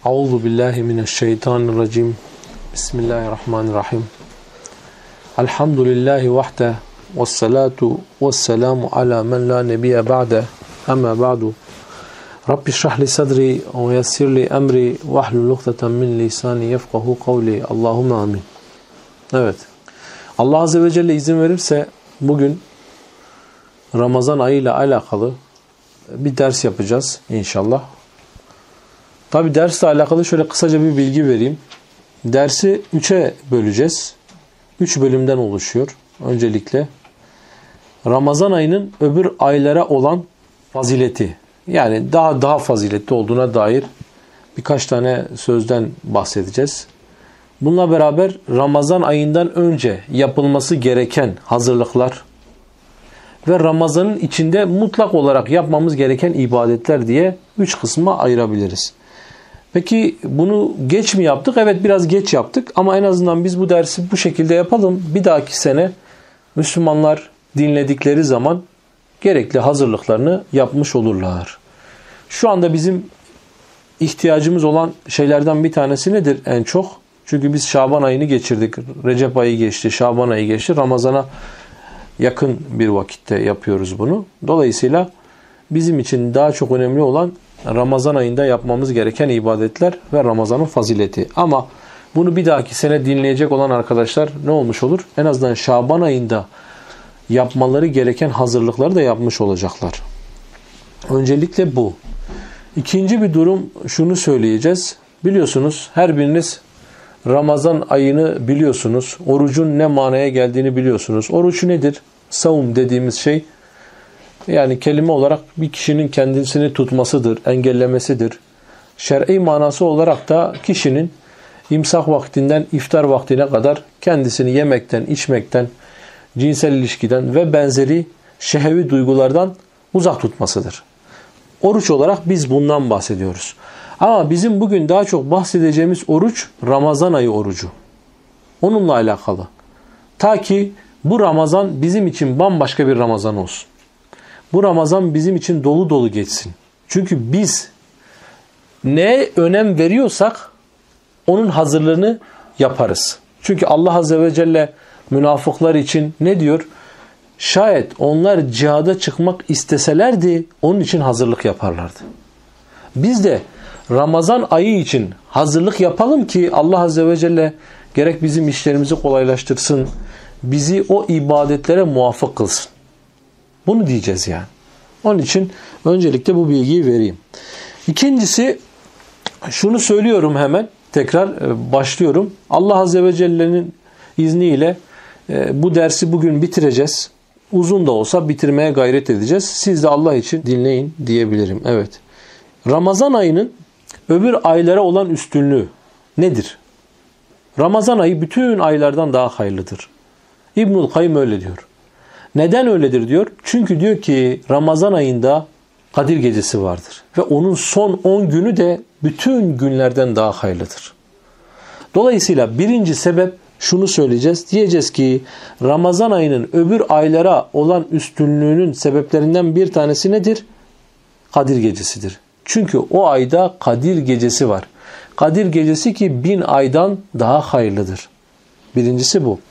Euzu billahi mineşşeytanirracim. Bismillahirrahmanirrahim. Elhamdülillahi vahde ve salatu ve selamu ala men la nebiyye ba'de. Amma ba'du. Rabbi şrah li sadri ve yessir li emri ve hlul ukdeten min lisani yefkahu kavli. Allahumme amin. Evet. Allah Azze ve Celle izin verirse bugün Ramazan ayı ile alakalı bir ders yapacağız inşallah. Tabi dersle alakalı şöyle kısaca bir bilgi vereyim. Dersi 3'e böleceğiz. 3 bölümden oluşuyor. Öncelikle Ramazan ayının öbür aylara olan fazileti, yani daha faziletli olduğuna dair birkaç tane sözden bahsedeceğiz. Bununla beraber Ramazan ayından önce yapılması gereken hazırlıklar ve Ramazan'ın içinde mutlak olarak yapmamız gereken ibadetler diye 3 kısma ayırabiliriz. Peki bunu geç mi yaptık? Evet, biraz geç yaptık ama en azından biz bu dersi bu şekilde yapalım. Bir dahaki sene Müslümanlar dinledikleri zaman gerekli hazırlıklarını yapmış olurlar. Şu anda bizim ihtiyacımız olan şeylerden bir tanesi nedir en çok? Çünkü biz Şaban ayını geçirdik. Recep ayı geçti, Şaban ayı geçti. Ramazan'a yakın bir vakitte yapıyoruz bunu. Dolayısıyla bizim için daha çok önemli olan Ramazan ayında yapmamız gereken ibadetler ve Ramazan'ın fazileti. Ama bunu bir dahaki sene dinleyecek olan arkadaşlar ne olmuş olur? En azından Şaban ayında yapmaları gereken hazırlıkları da yapmış olacaklar. Öncelikle bu. İkinci bir durum, şunu söyleyeceğiz. Biliyorsunuz, her biriniz Ramazan ayını biliyorsunuz. Orucun ne manaya geldiğini biliyorsunuz. Oruç nedir? Savum dediğimiz şey, yani kelime olarak bir kişinin kendisini tutmasıdır, engellemesidir. Şer'i manası olarak da kişinin imsak vaktinden iftar vaktine kadar kendisini yemekten, içmekten, cinsel ilişkiden ve benzeri şehvi duygulardan uzak tutmasıdır. Oruç olarak biz bundan bahsediyoruz. Ama bizim bugün daha çok bahsedeceğimiz oruç Ramazan ayı orucu. Onunla alakalı. Ta ki bu Ramazan bizim için bambaşka bir Ramazan olsun. Bu Ramazan bizim için dolu dolu geçsin. Çünkü biz neye önem veriyorsak onun hazırlığını yaparız. Çünkü Allah Azze ve Celle münafıklar için ne diyor? Şayet onlar cihada çıkmak isteselerdi onun için hazırlık yaparlardı. Biz de Ramazan ayı için hazırlık yapalım ki Allah Azze ve Celle gerek bizim işlerimizi kolaylaştırsın, bizi o ibadetlere muvaffak kılsın. Bunu diyeceğiz yani. Onun için öncelikle bu bilgiyi vereyim. İkincisi, şunu söylüyorum hemen, tekrar başlıyorum. Allah Azze ve Celle'nin izniyle bu dersi bugün bitireceğiz. Uzun da olsa bitirmeye gayret edeceğiz. Siz de Allah için dinleyin diyebilirim. Evet. Ramazan ayının öbür aylara olan üstünlüğü nedir? Ramazan ayı bütün aylardan daha hayırlıdır. İbnül Kayyim öyle diyor. Neden öyledir diyor? Çünkü diyor ki Ramazan ayında Kadir Gecesi vardır. Ve onun son 10 günü de bütün günlerden daha hayırlıdır. Dolayısıyla birinci sebep şunu söyleyeceğiz. Diyeceğiz ki Ramazan ayının öbür aylara olan üstünlüğünün sebeplerinden bir tanesi nedir? Kadir Gecesidir. Çünkü o ayda Kadir Gecesi var. Kadir Gecesi ki 1000 aydan daha hayırlıdır. Birincisi bu.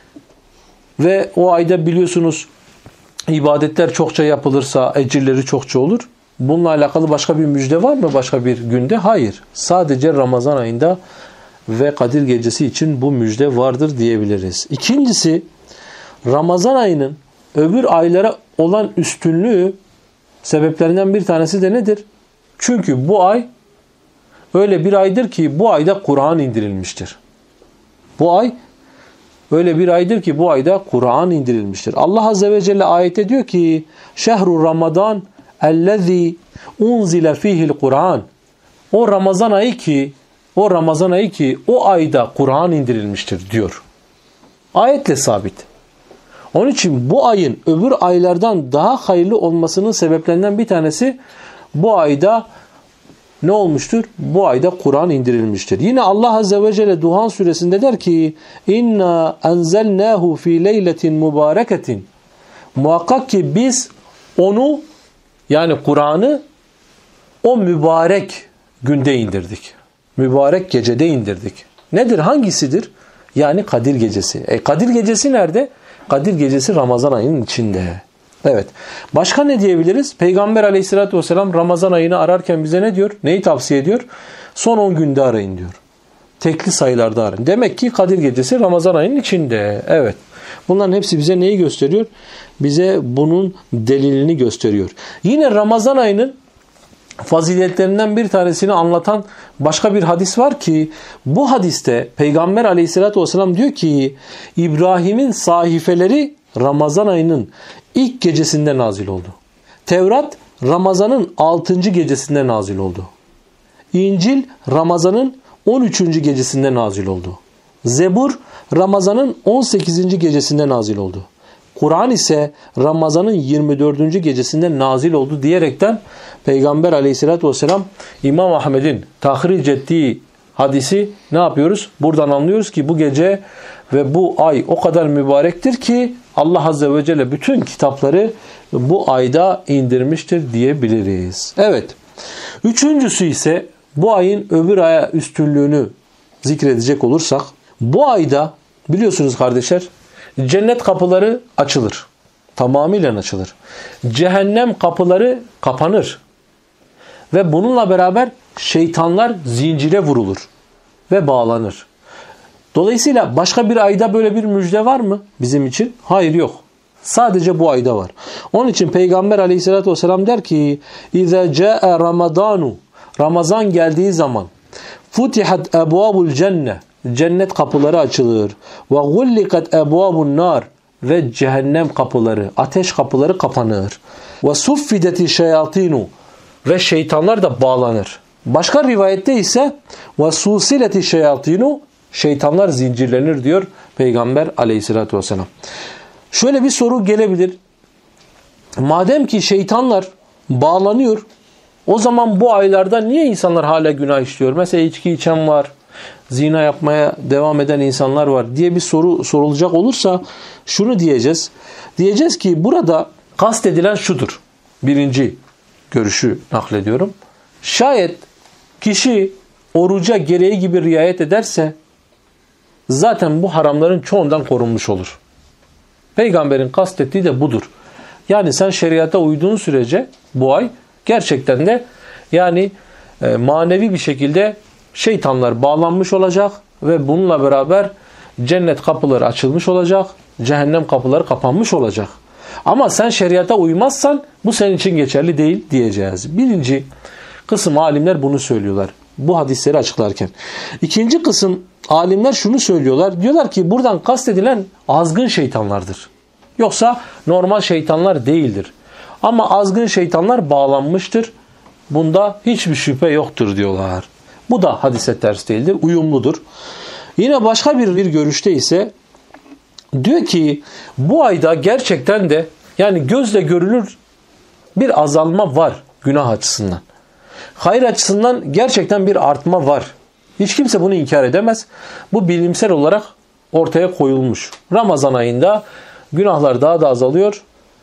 Ve o ayda biliyorsunuz ibadetler çokça yapılırsa ecirleri çokça olur. Bununla alakalı başka bir müjde var mı başka bir günde? Hayır. Sadece Ramazan ayında ve Kadir Gecesi için bu müjde vardır diyebiliriz. İkincisi, Ramazan ayının öbür aylara olan üstünlüğü sebeplerinden bir tanesi de nedir? Çünkü bu ay öyle bir aydır ki bu ayda Kur'an indirilmiştir. Bu ay öyle bir aydır ki bu ayda Kur'an indirilmiştir. Allah Azze ve Celle ayette diyor ki Şehru Ramazan ellezî unzile fîhil Kur'an. O Ramazan ayı ki o ayda Kur'an indirilmiştir diyor. Ayetle sabit. Onun için bu ayın öbür aylardan daha hayırlı olmasının sebeplerinden bir tanesi bu ayda ne olmuştur? Bu ayda Kur'an indirilmiştir. Yine Allah Azze ve Celle Duhan suresinde der ki İnna enzelnâhu fî leyletin mübareketin. Muhakkak ki biz onu, yani Kur'an'ı o mübarek günde indirdik. mübarek gecede indirdik. Nedir? Hangisidir? Yani Kadir Gecesi. Kadir Gecesi nerede? Kadir Gecesi Ramazan ayının içinde. Evet. Başka ne diyebiliriz? Peygamber Aleyhisselatü Vesselam Ramazan ayını ararken bize ne diyor? Neyi tavsiye ediyor? Son 10 günde arayın diyor. Tekli sayılarda arayın. Demek ki Kadir Gecesi Ramazan ayının içinde. Evet. Bunların hepsi bize neyi gösteriyor? Bize bunun delilini gösteriyor. Yine Ramazan ayının faziletlerinden bir tanesini anlatan başka bir hadis var ki bu hadiste Peygamber Aleyhisselatü Vesselam diyor ki İbrahim'in sahifeleri Ramazan ayının ilk gecesinde nazil oldu. Tevrat Ramazan'ın 6. gecesinde nazil oldu. İncil Ramazan'ın 13. gecesinde nazil oldu. Zebur Ramazan'ın 18. gecesinde nazil oldu. Kur'an ise Ramazan'ın 24. gecesinde nazil oldu diyerekten Peygamber Aleyhisselatü Vesselam İmam Ahmed'in tahric ettiği hadisi ne yapıyoruz? Buradan anlıyoruz ki bu gece ve bu ay o kadar mübarektir ki Allah Azze ve Celle bütün kitapları bu ayda indirmiştir diyebiliriz. Evet. Üçüncüsü ise bu ayın öbür aya üstünlüğünü zikredecek olursak bu ayda biliyorsunuz kardeşler cennet kapıları açılır. Tamamıyla açılır. Cehennem kapıları kapanır. Ve bununla beraber şeytanlar zincire vurulur ve bağlanır. Dolayısıyla başka bir ayda böyle bir müjde var mı bizim için? Hayır, yok. Sadece bu ayda var. Onun için Peygamber Aleyhisselatü Vesselam der ki İzâ câe Ramadanu Ramazan geldiği zaman futihat ebvâbul cenne cennet kapıları açılır. Ve gullikat ebvâbun nar ve cehennem kapıları, ateş kapıları kapanır. Ve suffideti şeyatinu ve şeytanlar da bağlanır. Başka rivayette ise ve susileti şeyatinu şeytanlar zincirlenir diyor Peygamber Aleyhisselatü Vesselam. Şöyle bir soru gelebilir. Madem ki şeytanlar bağlanıyor, o zaman bu aylarda niye insanlar hala günah işliyor? Mesela içki içen var, zina yapmaya devam eden insanlar var diye bir soru sorulacak olursa şunu diyeceğiz. Diyeceğiz ki burada kastedilen şudur. Birinci görüşü naklediyorum. Şayet kişi oruca gereği gibi riayet ederse zaten bu haramların çoğundan korunmuş olur. Peygamberin kastettiği de budur. Yani sen şeriata uyduğun sürece bu ay gerçekten de yani manevi bir şekilde şeytanlar bağlanmış olacak ve bununla beraber cennet kapıları açılmış olacak, cehennem kapıları kapanmış olacak. Ama sen şeriata uymazsan bu senin için geçerli değil diyeceğiz. Birinci kısım alimler bunu söylüyorlar. Bu hadisleri açıklarken. İkinci kısım alimler şunu söylüyorlar. Diyorlar ki buradan kastedilen azgın şeytanlardır. Yoksa normal şeytanlar değildir. Ama azgın şeytanlar bağlanmıştır. Bunda hiçbir şüphe yoktur diyorlar. Bu da hadise ters değildir. Uyumludur. Yine başka bir görüşte ise diyor ki bu ayda gerçekten de yani gözle görülür bir azalma var günah açısından. Hayır açısından gerçekten bir artma var. Hiç kimse bunu inkar edemez. Bu bilimsel olarak ortaya koyulmuş. Ramazan ayında günahlar daha da azalıyor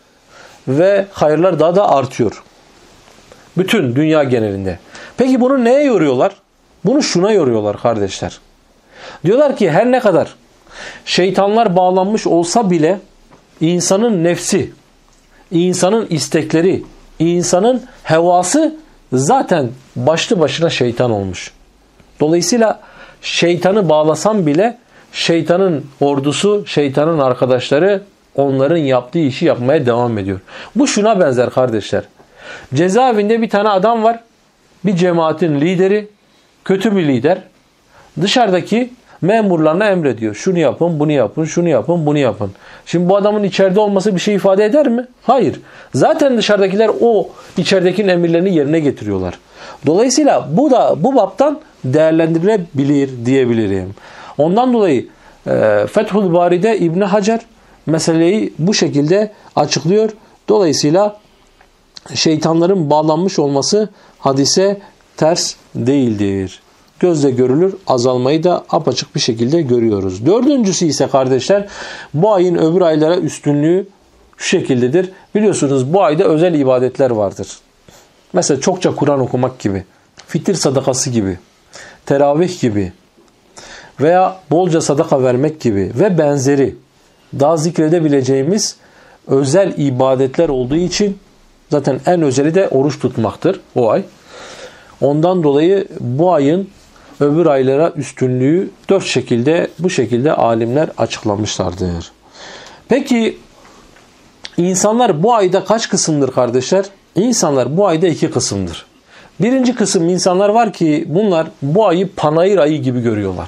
ve hayırlar daha da artıyor. Bütün dünya genelinde. Peki bunu neye yoruyorlar? Bunu şuna yoruyorlar kardeşler. Diyorlar ki her ne kadar şeytanlar bağlanmış olsa bile insanın nefsi, insanın istekleri, insanın hevası zaten başlı başına şeytan olmuş. Dolayısıyla şeytanı bağlasan bile şeytanın ordusu, şeytanın arkadaşları onların yaptığı işi yapmaya devam ediyor. Bu şuna benzer kardeşler. Cezaevinde bir tane adam var. Bir cemaatin lideri, kötü bir lider. Dışarıdaki memurlarına emrediyor. Şunu yapın, bunu yapın, şunu yapın, bunu yapın. Şimdi bu adamın içeride olması bir şey ifade eder mi? Hayır. Zaten dışarıdakiler o içeridekinin emirlerini yerine getiriyorlar. Dolayısıyla bu da bu baptan değerlendirilebilir diyebilirim. Ondan dolayı Fethül Bari'de İbn Hacer meseleyi bu şekilde açıklıyor. Dolayısıyla şeytanların bağlanmış olması hadise ters değildir. Gözle görülür azalmayı da apaçık bir şekilde görüyoruz. Dördüncüsü ise kardeşler bu ayın öbür aylara üstünlüğü şu şekildedir. Biliyorsunuz bu ayda özel ibadetler vardır. Mesela çokça Kur'an okumak gibi, fitir sadakası gibi, teravih gibi veya bolca sadaka vermek gibi ve benzeri daha zikredebileceğimiz özel ibadetler olduğu için zaten en özeli de oruç tutmaktır o ay. Ondan dolayı bu ayın öbür aylara üstünlüğü 4 şekilde bu şekilde alimler açıklamışlardır. Peki insanlar bu ayda kaç kısımdır kardeşler? İnsanlar bu ayda 2 kısımdır. Birinci kısım insanlar var ki bunlar bu ayı panayır ayı gibi görüyorlar.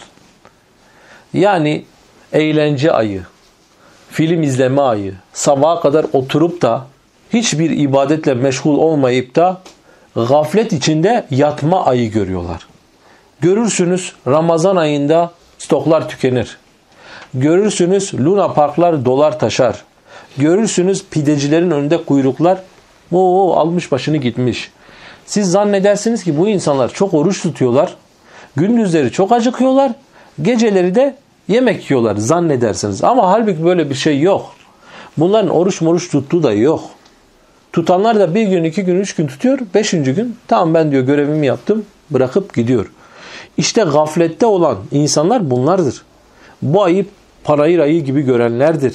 Yani eğlence ayı, film izleme ayı, sabaha kadar oturup da hiçbir ibadetle meşgul olmayıp da gaflet içinde yatma ayı görüyorlar. Görürsünüz Ramazan ayında stoklar tükenir. Görürsünüz Luna Parklar dolar taşar. Görürsünüz pidecilerin önünde kuyruklar almış başını gitmiş. Siz zannedersiniz ki bu insanlar çok oruç tutuyorlar. Gündüzleri çok acıkıyorlar. Geceleri de yemek yiyorlar zannedersiniz. Ama halbuki böyle bir şey yok. Bunların oruç tuttuğu da yok. Tutanlar da 1 gün, 2 gün, 3 gün tutuyor. 5. gün tamam ben diyor görevimi yaptım bırakıp gidiyor. İşte gaflette olan insanlar bunlardır. Bu ayı panayır ayı gibi görenlerdir.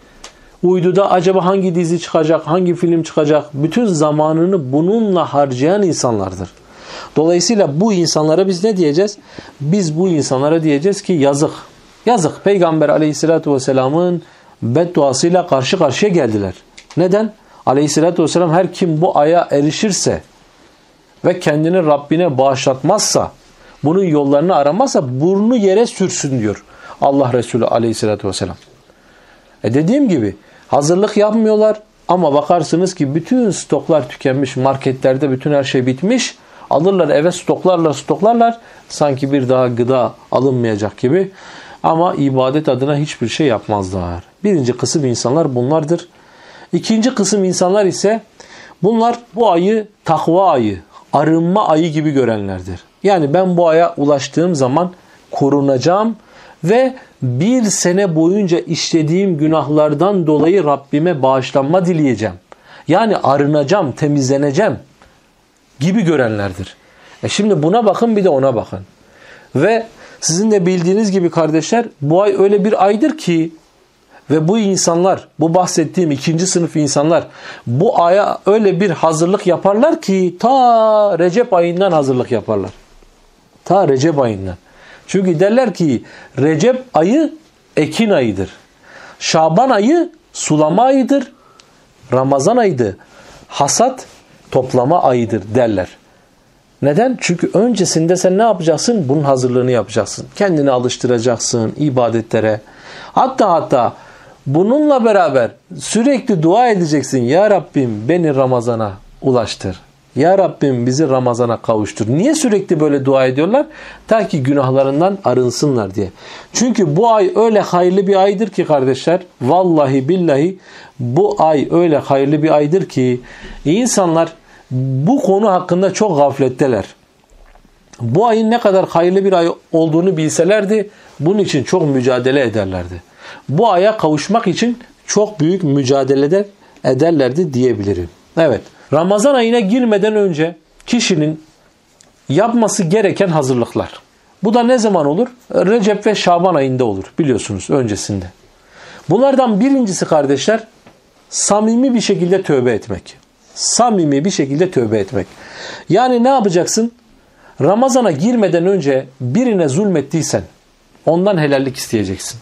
Uyduda acaba hangi dizi çıkacak, hangi film çıkacak, bütün zamanını bununla harcayan insanlardır. Dolayısıyla bu insanlara biz ne diyeceğiz? Biz bu insanlara diyeceğiz ki yazık. Yazık. Peygamber aleyhissalatü vesselamın bedduasıyla karşı karşıya geldiler. Neden? Aleyhissalatü vesselam her kim bu aya erişirse ve kendini Rabbine bağışlatmazsa, bunun yollarını aramazsa burnu yere sürsün diyor Allah Resulü aleyhissalatü vesselam. Dediğim gibi hazırlık yapmıyorlar ama bakarsınız ki bütün stoklar tükenmiş, marketlerde bütün her şey bitmiş. Alırlar eve stoklarlar sanki bir daha gıda alınmayacak gibi ama ibadet adına hiçbir şey yapmazlar. Birinci kısım insanlar bunlardır. İkinci kısım insanlar ise bunlar bu ayı takva ayı, arınma ayı gibi görenlerdir. Yani ben bu aya ulaştığım zaman korunacağım ve 1 sene boyunca işlediğim günahlardan dolayı Rabbime bağışlanma dileyeceğim. Yani arınacağım, temizleneceğim gibi görenlerdir. Şimdi buna bakın bir de ona bakın. Ve sizin de bildiğiniz gibi kardeşler bu ay öyle bir aydır ki ve bu insanlar, bu bahsettiğim 2. sınıf insanlar bu aya öyle bir hazırlık yaparlar ki ta Recep ayından hazırlık yaparlar. Ta Recep ayından. Çünkü derler ki Recep ayı ekin ayıdır. Şaban ayı sulama ayıdır. Ramazan ayı hasat toplama ayıdır derler. Neden? Çünkü öncesinde sen ne yapacaksın? Bunun hazırlığını yapacaksın. Kendini alıştıracaksın ibadetlere. Hatta bununla beraber sürekli dua edeceksin. Ya Rabbim beni Ramazan'a ulaştır. Ya Rabbim bizi Ramazan'a kavuştur. Niye sürekli böyle dua ediyorlar? Ta ki günahlarından arınsınlar diye. Çünkü bu ay öyle hayırlı bir aydır ki kardeşler. Vallahi billahi bu ay öyle hayırlı bir aydır ki insanlar bu konu hakkında çok gafletteler. Bu ayın ne kadar hayırlı bir ay olduğunu bilselerdi bunun için çok mücadele ederlerdi. Bu aya kavuşmak için çok büyük mücadele ederlerdi diyebilirim. Evet. Ramazan ayına girmeden önce kişinin yapması gereken hazırlıklar. Bu da ne zaman olur? Recep ve Şaban ayında olur biliyorsunuz öncesinde. Bunlardan birincisi kardeşler samimi bir şekilde tövbe etmek. Samimi bir şekilde tövbe etmek. Yani ne yapacaksın? Ramazana girmeden önce birine zulmettiysen ondan helallik isteyeceksin.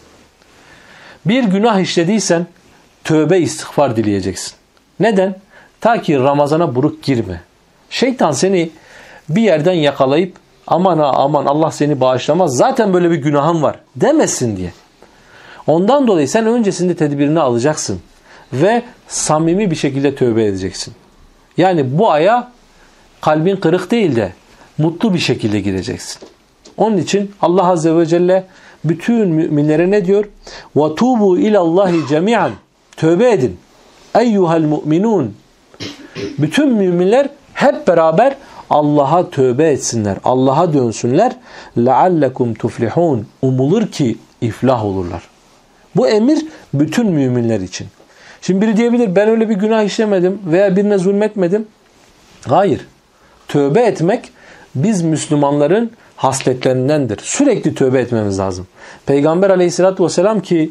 Bir günah işlediysen tövbe istiğfar dileyeceksin. Neden? Ta ki Ramazana buruk girme. Şeytan seni bir yerden yakalayıp aman Allah seni bağışlamaz zaten böyle bir günahın var demesin diye. Ondan dolayı sen öncesinde tedbirini alacaksın ve samimi bir şekilde tövbe edeceksin. Yani bu aya kalbin kırık değil de mutlu bir şekilde gideceksin. Onun için Allah Azze ve Celle bütün müminlere ne diyor? وَتُوبُوا اِلَى اللّٰهِ جَمِيعًا Tövbe edin. اَيُّهَا الْمُؤْمِنُونَ Bütün müminler hep beraber Allah'a tövbe etsinler. Allah'a dönsünler. لَعَلَّكُمْ تُفْلِحُونَ Umulur ki iflah olurlar. Bu emir bütün müminler için. Şimdi biri diyebilir ben öyle bir günah işlemedim veya birine zulmetmedim. Hayır. Tövbe etmek biz Müslümanların hasletlerindendir. Sürekli tövbe etmemiz lazım. Peygamber aleyhissalatü vesselam ki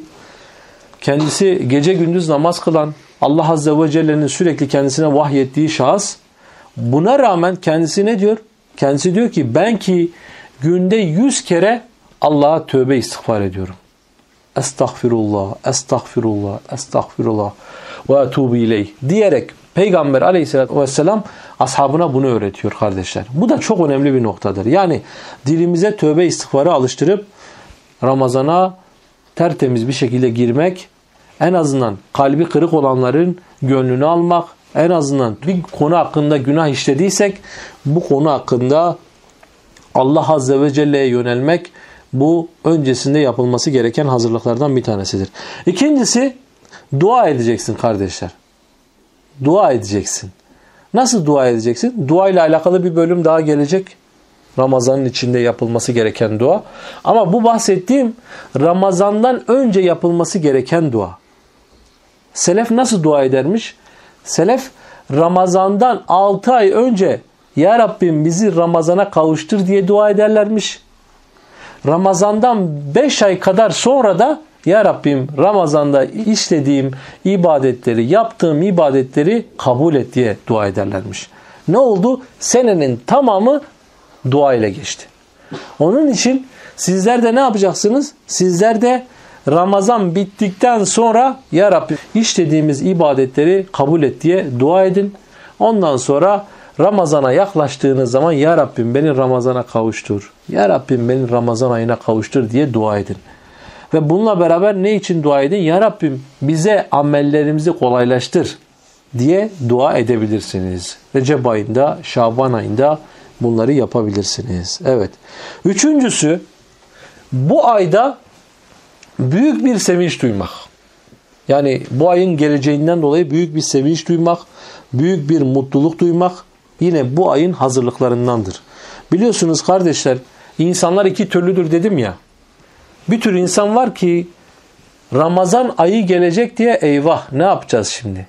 kendisi gece gündüz namaz kılan, Allah azze ve celle'nin sürekli kendisine vahyettiği şahıs, buna rağmen kendisi ne diyor? Kendisi diyor ki ben ki günde 100 kere Allah'a tövbe istiğfar ediyorum. Estağfirullah, estağfirullah, estağfirullah ve etûbü ileyh diyerek Peygamber aleyhissalatü vesselam ashabına bunu öğretiyor kardeşler. Bu da çok önemli bir noktadır. Yani dilimize tövbe istiğfarı alıştırıp Ramazan'a tertemiz bir şekilde girmek, en azından kalbi kırık olanların gönlünü almak, en azından bir konu hakkında günah işlediysek bu konu hakkında Allah azze ve celle'ye yönelmek, bu öncesinde yapılması gereken hazırlıklardan bir tanesidir. İkincisi, dua edeceksin kardeşler. Dua edeceksin. Nasıl dua edeceksin? Dua ile alakalı bir bölüm daha gelecek. Ramazanın içinde yapılması gereken dua. Ama bu bahsettiğim Ramazan'dan önce yapılması gereken dua. Selef nasıl dua edermiş? Selef Ramazan'dan 6 ay önce Ya Rabbim bizi Ramazan'a kavuştur diye dua ederlermiş. Ramazan'dan 5 ay kadar sonra da Ya Rabbim Ramazan'da işlediğim ibadetleri, yaptığım ibadetleri kabul et diye dua ederlermiş. Ne oldu? Senenin tamamı dua ile geçti. Onun için sizler de ne yapacaksınız? Sizler de Ramazan bittikten sonra Ya Rabbi işlediğimiz ibadetleri kabul et diye dua edin. Ondan sonra Ramazan'a yaklaştığınız zaman Ya Rabbim beni Ramazan'a kavuştur. Ya Rabbim beni Ramazan ayına kavuştur diye dua edin. Ve bununla beraber ne için dua edin? Ya Rabbim bize amellerimizi kolaylaştır diye dua edebilirsiniz. Recep ayında, Şaban ayında bunları yapabilirsiniz. Evet. Üçüncüsü, bu ayda büyük bir sevinç duymak. Yani bu ayın geleceğinden dolayı büyük bir sevinç duymak, büyük bir mutluluk duymak yine bu ayın hazırlıklarındandır. Biliyorsunuz kardeşler, insanlar iki türlüdür dedim ya. Bir tür insan var ki Ramazan ayı gelecek diye eyvah ne yapacağız şimdi?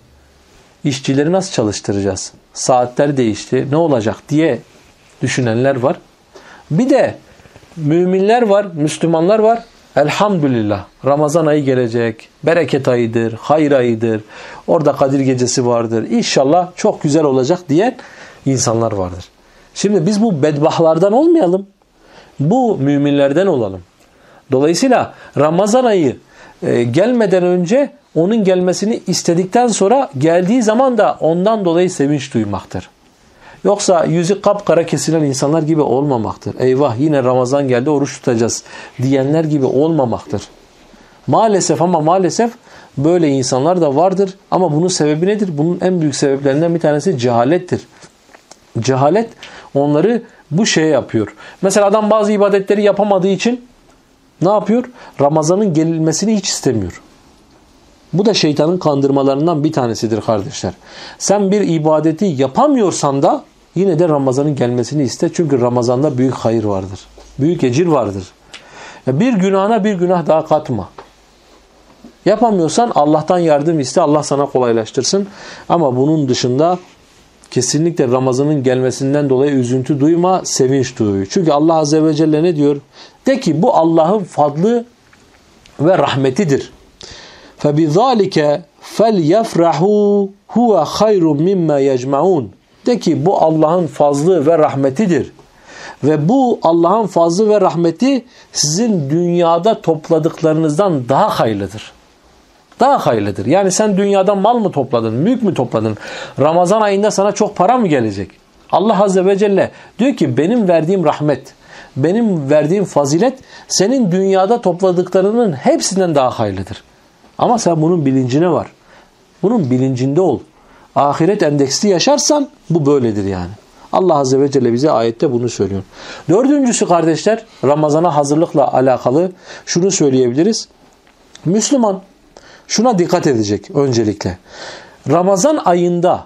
İşçileri nasıl çalıştıracağız? Saatler değişti, ne olacak diye düşünenler var. Bir de müminler var, Müslümanlar var. Elhamdülillah Ramazan ayı gelecek, bereket ayıdır, hayır ayıdır, orada Kadir gecesi vardır, İnşallah çok güzel olacak diyen insanlar vardır. Şimdi biz bu bedbahtlardan olmayalım, bu müminlerden olalım. Dolayısıyla Ramazan ayı gelmeden önce onun gelmesini istedikten sonra geldiği zaman da ondan dolayı sevinç duymaktır. Yoksa yüzü kapkara kesilen insanlar gibi olmamaktır. Eyvah yine Ramazan geldi oruç tutacağız diyenler gibi olmamaktır. Maalesef ama maalesef böyle insanlar da vardır. Ama bunun sebebi nedir? Bunun en büyük sebeplerinden bir tanesi cehalettir. Cehalet onları bu şeye yapıyor. Mesela adam bazı ibadetleri yapamadığı için ne yapıyor? Ramazan'ın gelmesini hiç istemiyor. Bu da şeytanın kandırmalarından bir tanesidir kardeşler. Sen bir ibadeti yapamıyorsan da yine de Ramazan'ın gelmesini iste. Çünkü Ramazan'da büyük hayır vardır. Büyük ecir vardır. Bir günahına bir günah daha katma. Yapamıyorsan Allah'tan yardım iste. Allah sana kolaylaştırsın. Ama bunun dışında kesinlikle Ramazan'ın gelmesinden dolayı üzüntü duyma, sevinç duy. Çünkü Allah Azze ve Celle ne diyor? De ki bu Allah'ın fadlı ve rahmetidir. فَبِذَٰلِكَ فَلْيَفْرَحُوا هُوَ خَيْرٌ مِمَّا يَجْمَعُونَ. De ki bu Allah'ın fazlı ve rahmetidir. Ve bu Allah'ın fazlı ve rahmeti sizin dünyada topladıklarınızdan daha hayırlıdır. Daha hayırlıdır. Yani sen dünyada mal mı topladın, mülk mü topladın? Ramazan ayında sana çok para mı gelecek? Allah Azze ve Celle diyor ki benim verdiğim rahmet, benim verdiğim fazilet senin dünyada topladıklarının hepsinden daha hayırlıdır. Ama sen bunun bilincine var. Bunun bilincinde ol. Ahiret endeksli yaşarsan bu böyledir yani. Allah Azze ve Celle bize ayette bunu söylüyor. Dördüncüsü kardeşler, Ramazan'a hazırlıkla alakalı şunu söyleyebiliriz. Müslüman şuna dikkat edecek öncelikle. Ramazan ayında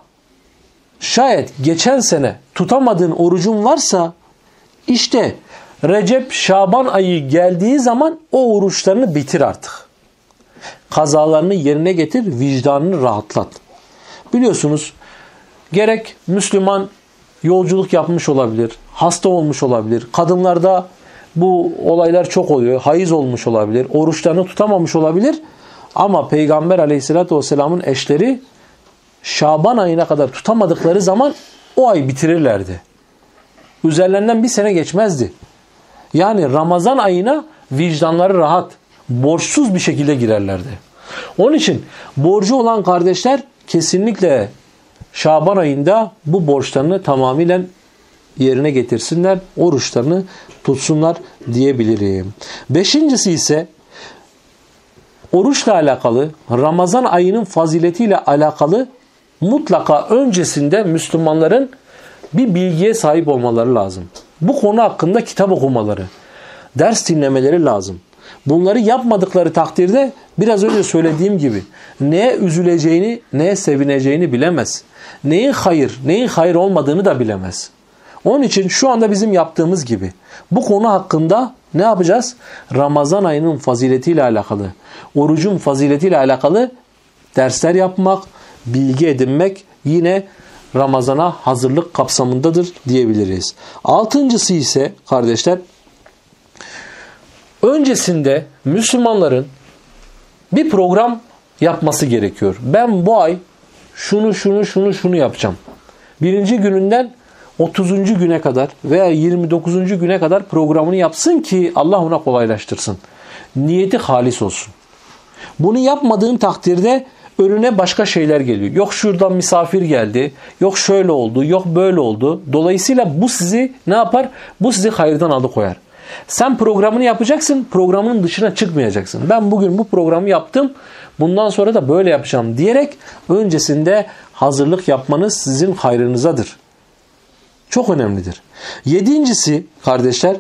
şayet geçen sene tutamadığın orucun varsa işte Recep, Şaban ayı geldiği zaman o oruçlarını bitir artık. Kazalarını yerine getir, vicdanını rahatlat. Biliyorsunuz gerek Müslüman yolculuk yapmış olabilir, hasta olmuş olabilir. Kadınlarda bu olaylar çok oluyor. Hayız olmuş olabilir, oruçlarını tutamamış olabilir. Ama Peygamber Aleyhisselatü Vesselam'ın eşleri Şaban ayına kadar tutamadıkları zaman o ay bitirirlerdi. Üzerlerinden bir sene geçmezdi. Yani Ramazan ayına vicdanları rahat, borçsuz bir şekilde girerlerdi. Onun için borcu olan kardeşler kesinlikle Şaban ayında bu borçlarını tamamıyla yerine getirsinler, oruçlarını tutsunlar diyebilirim. Beşincisi ise oruçla alakalı, Ramazan ayının faziletiyle alakalı mutlaka öncesinde Müslümanların bir bilgiye sahip olmaları lazım. Bu konu hakkında kitap okumaları, ders dinlemeleri lazım. Bunları yapmadıkları takdirde biraz önce söylediğim gibi neye üzüleceğini, neye sevineceğini bilemez. Neyin hayır olmadığını da bilemez. Onun için şu anda bizim yaptığımız gibi bu konu hakkında ne yapacağız? Ramazan ayının faziletiyle alakalı, orucun faziletiyle alakalı dersler yapmak, bilgi edinmek yine Ramazan'a hazırlık kapsamındadır diyebiliriz. Altıncısı ise kardeşler, öncesinde Müslümanların bir program yapması gerekiyor. Ben bu ay şunu yapacağım. Birinci gününden 30. güne kadar veya 29. güne kadar programını yapsın ki Allah ona kolaylaştırsın. Niyeti halis olsun. Bunu yapmadığın takdirde önüne başka şeyler geliyor. Yok şuradan misafir geldi, yok şöyle oldu, yok böyle oldu. Dolayısıyla bu sizi ne yapar? Bu sizi hayırdan alıkoyar. Sen programını yapacaksın, programın dışına çıkmayacaksın. Ben bugün bu programı yaptım, bundan sonra da böyle yapacağım diyerek öncesinde hazırlık yapmanız sizin hayrınızadır. Çok önemlidir. Yedincisi kardeşler,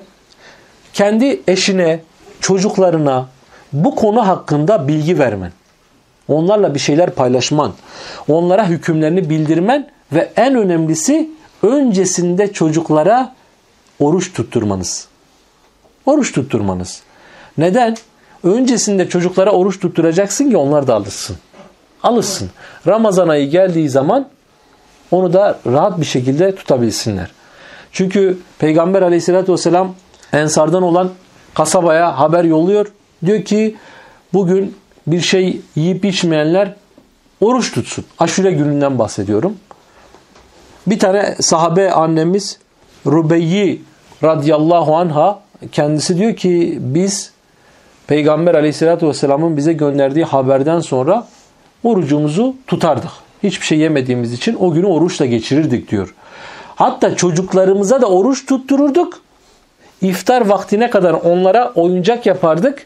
kendi eşine, çocuklarına bu konu hakkında bilgi vermen. Onlarla bir şeyler paylaşman, onlara hükümlerini bildirmen ve en önemlisi öncesinde çocuklara oruç tutturmanız. Oruç tutturmanız. Neden? Öncesinde çocuklara oruç tutturacaksın ki onlar da alışsın. Ramazan ayı geldiği zaman onu da rahat bir şekilde tutabilsinler. Çünkü Peygamber Aleyhisselatü Vesselam Ensardan olan kasabaya haber yolluyor. Diyor ki bugün bir şey yiyip içmeyenler oruç tutsun. Aşure gününden bahsediyorum. Bir tane sahabe annemiz Rubeyyi radıyallahu anha kendisi diyor ki biz Peygamber Aleyhisselatü Vesselam'ın bize gönderdiği haberden sonra orucumuzu tutardık. Hiçbir şey yemediğimiz için o günü oruçla geçirirdik diyor. Hatta çocuklarımıza da oruç tuttururduk. İftar vaktine kadar onlara oyuncak yapardık.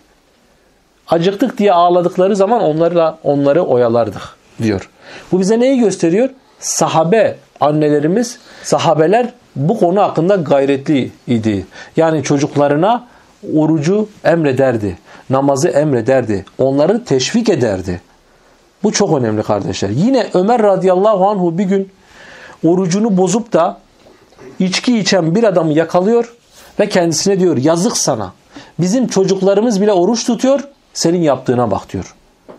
Acıktık diye ağladıkları zaman onları oyalardık diyor. Bu bize neyi gösteriyor? Sahabe annelerimiz, sahabeler bu konu hakkında gayretli idi. Yani çocuklarına orucu emrederdi, namazı emrederdi, onları teşvik ederdi. Bu çok önemli kardeşler. Yine Ömer radıyallahu anhu bir gün orucunu bozup da içki içen bir adamı yakalıyor ve kendisine diyor yazık sana. Bizim çocuklarımız bile oruç tutuyor, senin yaptığına bak diyor.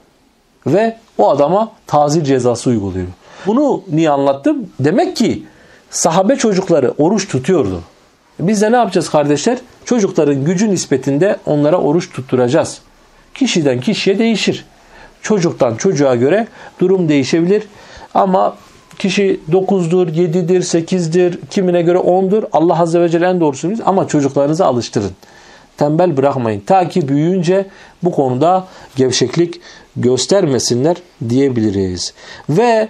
Ve o adama tazir cezası uyguluyor. Bunu niye anlattım? Demek ki sahabe çocukları oruç tutuyordu. Biz de ne yapacağız kardeşler? Çocukların gücü nispetinde onlara oruç tutturacağız. Kişiden kişiye değişir. Çocuktan çocuğa göre durum değişebilir. Ama kişi 9'dur, 7'dir, 8'dir, kimine göre 10'dur. Allah Azze ve Celle en doğrusunu bilir. Ama çocuklarınızı alıştırın. Tembel bırakmayın. Ta ki büyüyünce bu konuda gevşeklik göstermesinler diyebiliriz. Ve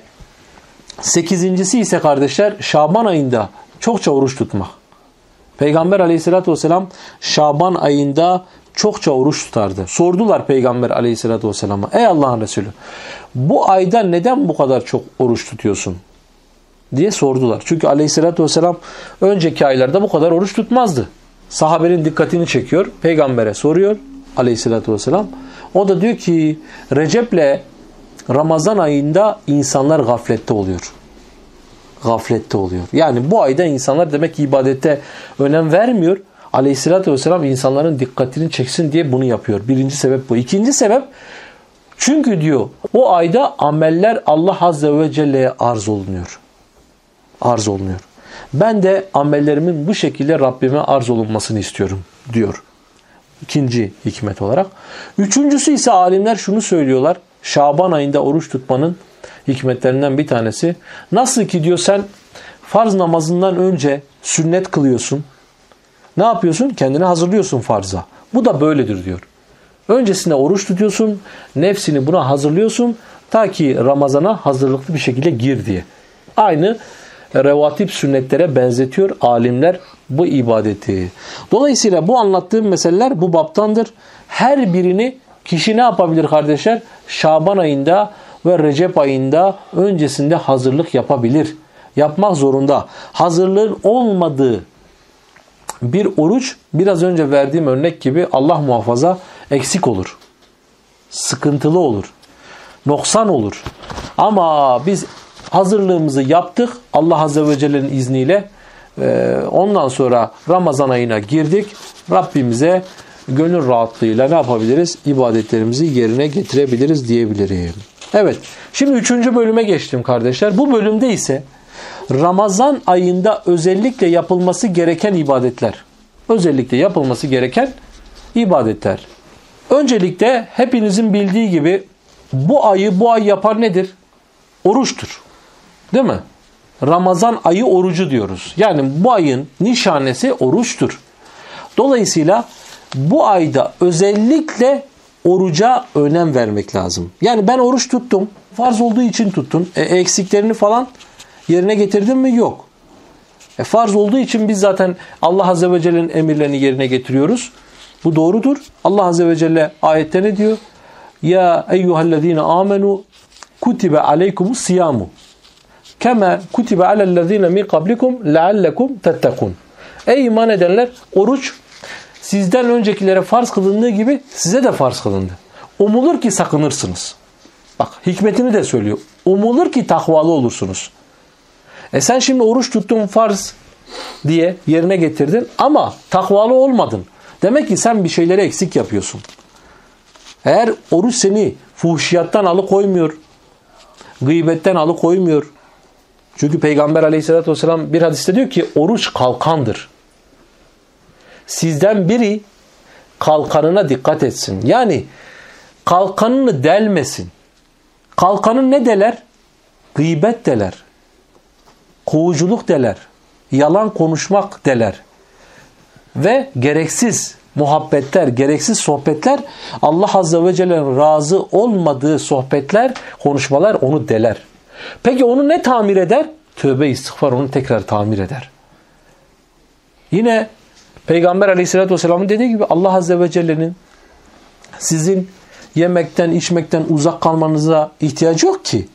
8.'si ise kardeşler Şaban ayında çokça oruç tutmak. Peygamber Aleyhisselatü Vesselam Şaban ayında çokça oruç tutardı. Sordular Peygamber Aleyhisselatü Vesselam'a. Ey Allah'ın Resulü, bu ayda neden bu kadar çok oruç tutuyorsun? Diye sordular. Çünkü Aleyhisselatü Vesselam önceki aylarda bu kadar oruç tutmazdı. Sahabenin dikkatini çekiyor. Peygamber'e soruyor Aleyhisselatü Vesselam. O da diyor ki Recep'le Ramazan ayında insanlar gaflette oluyor. Gaflette oluyor. Yani bu ayda insanlar demek ki ibadete önem vermiyor. Aleyhisselatü Vesselam insanların dikkatini çeksin diye bunu yapıyor. Birinci sebep bu. İkinci sebep çünkü diyor o ayda ameller Allah Azze ve Celle'ye arz olunuyor. Arz olunuyor. Ben de amellerimin bu şekilde Rabbime arz olunmasını istiyorum diyor. İkinci hikmet olarak. Üçüncüsü ise alimler şunu söylüyorlar. Şaban ayında oruç tutmanın hikmetlerinden bir tanesi. Nasıl ki diyor sen farz namazından önce sünnet kılıyorsun. Ne yapıyorsun? Kendini hazırlıyorsun farza. Bu da böyledir diyor. Öncesinde oruç tutuyorsun. Nefsini buna hazırlıyorsun. Ta ki Ramazan'a hazırlıklı bir şekilde gir diye. Aynı revatip sünnetlere benzetiyor alimler bu ibadeti. Dolayısıyla bu anlattığım meseleler bu baptandır. Her birini kişi ne yapabilir kardeşler? Şaban ayında ve Recep ayında öncesinde hazırlık yapabilir. Yapmak zorunda. Hazırlığın olmadığı bir oruç biraz önce verdiğim örnek gibi Allah muhafaza eksik olur. Sıkıntılı olur. Noksan olur. Ama biz hazırlığımızı yaptık Allah Azze ve Celle'nin izniyle. Ondan sonra Ramazan ayına girdik. Rabbimize gönül rahatlığıyla ne yapabiliriz? İbadetlerimizi yerine getirebiliriz diyebilirim. Evet. Şimdi 3. bölüme geçtim kardeşler. Bu bölümde ise Ramazan ayında özellikle yapılması gereken ibadetler. Özellikle yapılması gereken ibadetler. Öncelikle hepinizin bildiği gibi bu ay yapar nedir? Oruçtur. Değil mi? Ramazan ayı orucu diyoruz. Yani bu ayın nişanesi oruçtur. Dolayısıyla bu ayda özellikle oruca önem vermek lazım. Yani ben oruç tuttum. Farz olduğu için tuttun. Eksiklerini falan yerine getirdin mi? Yok. Farz olduğu için biz zaten Allah Azze ve Celle'nin emirlerini yerine getiriyoruz. Bu doğrudur. Allah Azze ve Celle ayette ne diyor? Ya eyyühellezine amenu kutibe aleykumus siyamu kema kutibe alellezine min qablikum leallekum tettekun. Ey iman edenler, oruç sizden öncekilere farz kılındığı gibi size de farz kılındı. Umulur ki sakınırsınız. Bak hikmetini de söylüyor. Umulur ki takvalı olursunuz. Sen şimdi oruç tuttun farz diye yerine getirdin ama takvalı olmadın. Demek ki sen bir şeyleri eksik yapıyorsun. Eğer oruç seni fuhşiyattan alıkoymuyor, gıybetten alıkoymuyor. Çünkü Peygamber Aleyhisselatü Vesselam bir hadiste diyor ki oruç kalkandır. Sizden biri kalkanına dikkat etsin. Yani kalkanını delmesin. Kalkanı ne deler? Gıybet deler. Kovuculuk deler. Yalan konuşmak deler. Ve gereksiz muhabbetler, gereksiz sohbetler, Allah Azze ve Celle'nin razı olmadığı sohbetler, konuşmalar onu deler. Peki onu ne tamir eder? Tövbe istiğfar onu tekrar tamir eder. Yine Peygamber Aleyhisselatü Vesselam'ın dediği gibi Allah Azze ve Celle'nin sizin yemekten, içmekten uzak kalmanıza ihtiyacı yok ki.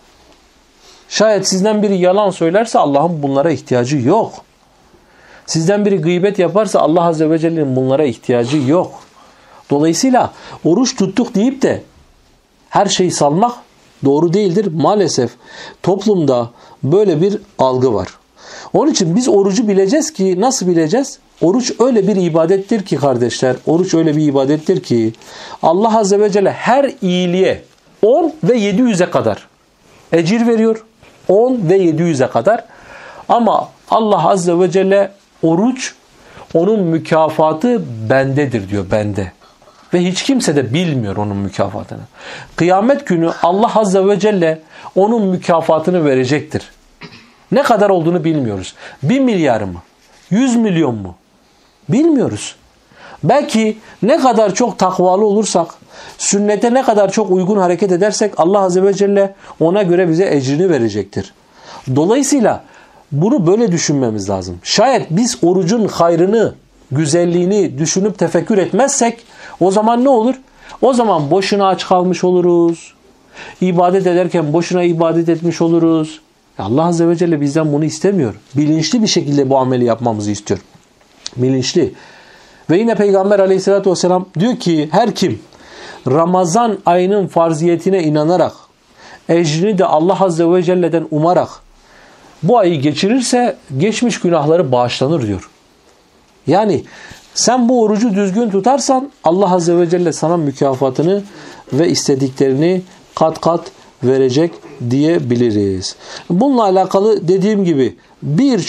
Şayet sizden biri yalan söylerse Allah'ın bunlara ihtiyacı yok. Sizden biri gıybet yaparsa Allah Azze ve Celle'nin bunlara ihtiyacı yok. Dolayısıyla oruç tuttuk deyip de her şeyi salmak doğru değildir. Maalesef toplumda böyle bir algı var. Onun için biz orucu bileceğiz ki nasıl bileceğiz? Oruç öyle bir ibadettir ki kardeşler, oruç öyle bir ibadettir ki Allah Azze ve Celle her iyiliğe 10 ve 700'e kadar ecir veriyor. 10 ve 700'e kadar. Ama Allah Azze ve Celle oruç, onun mükafatı bendedir diyor, bende. Ve hiç kimse de bilmiyor onun mükafatını. Kıyamet günü Allah Azze ve Celle onun mükafatını verecektir. Ne kadar olduğunu bilmiyoruz. 1 milyar mı? 100 milyon mu? Bilmiyoruz. Belki ne kadar çok takvalı olursak, sünnete ne kadar çok uygun hareket edersek Allah Azze ve Celle ona göre bize ecrini verecektir. Dolayısıyla bunu böyle düşünmemiz lazım. Şayet biz orucun hayrını, güzelliğini düşünüp tefekkür etmezsek o zaman ne olur? O zaman boşuna aç kalmış oluruz. İbadet ederken boşuna ibadet etmiş oluruz. Allah Azze ve Celle bizden bunu istemiyor. Bilinçli bir şekilde bu ameli yapmamızı istiyor. Bilinçli. Ve yine Peygamber Aleyhisselatü Vesselam diyor ki her kim Ramazan ayının farziyetine inanarak, ecrini de Allah Azze ve Celle'den umarak bu ayı geçirirse geçmiş günahları bağışlanır diyor. Yani sen bu orucu düzgün tutarsan Allah Azze ve Celle sana mükafatını ve istediklerini kat kat verecek diyebiliriz. Bununla alakalı dediğim gibi birçok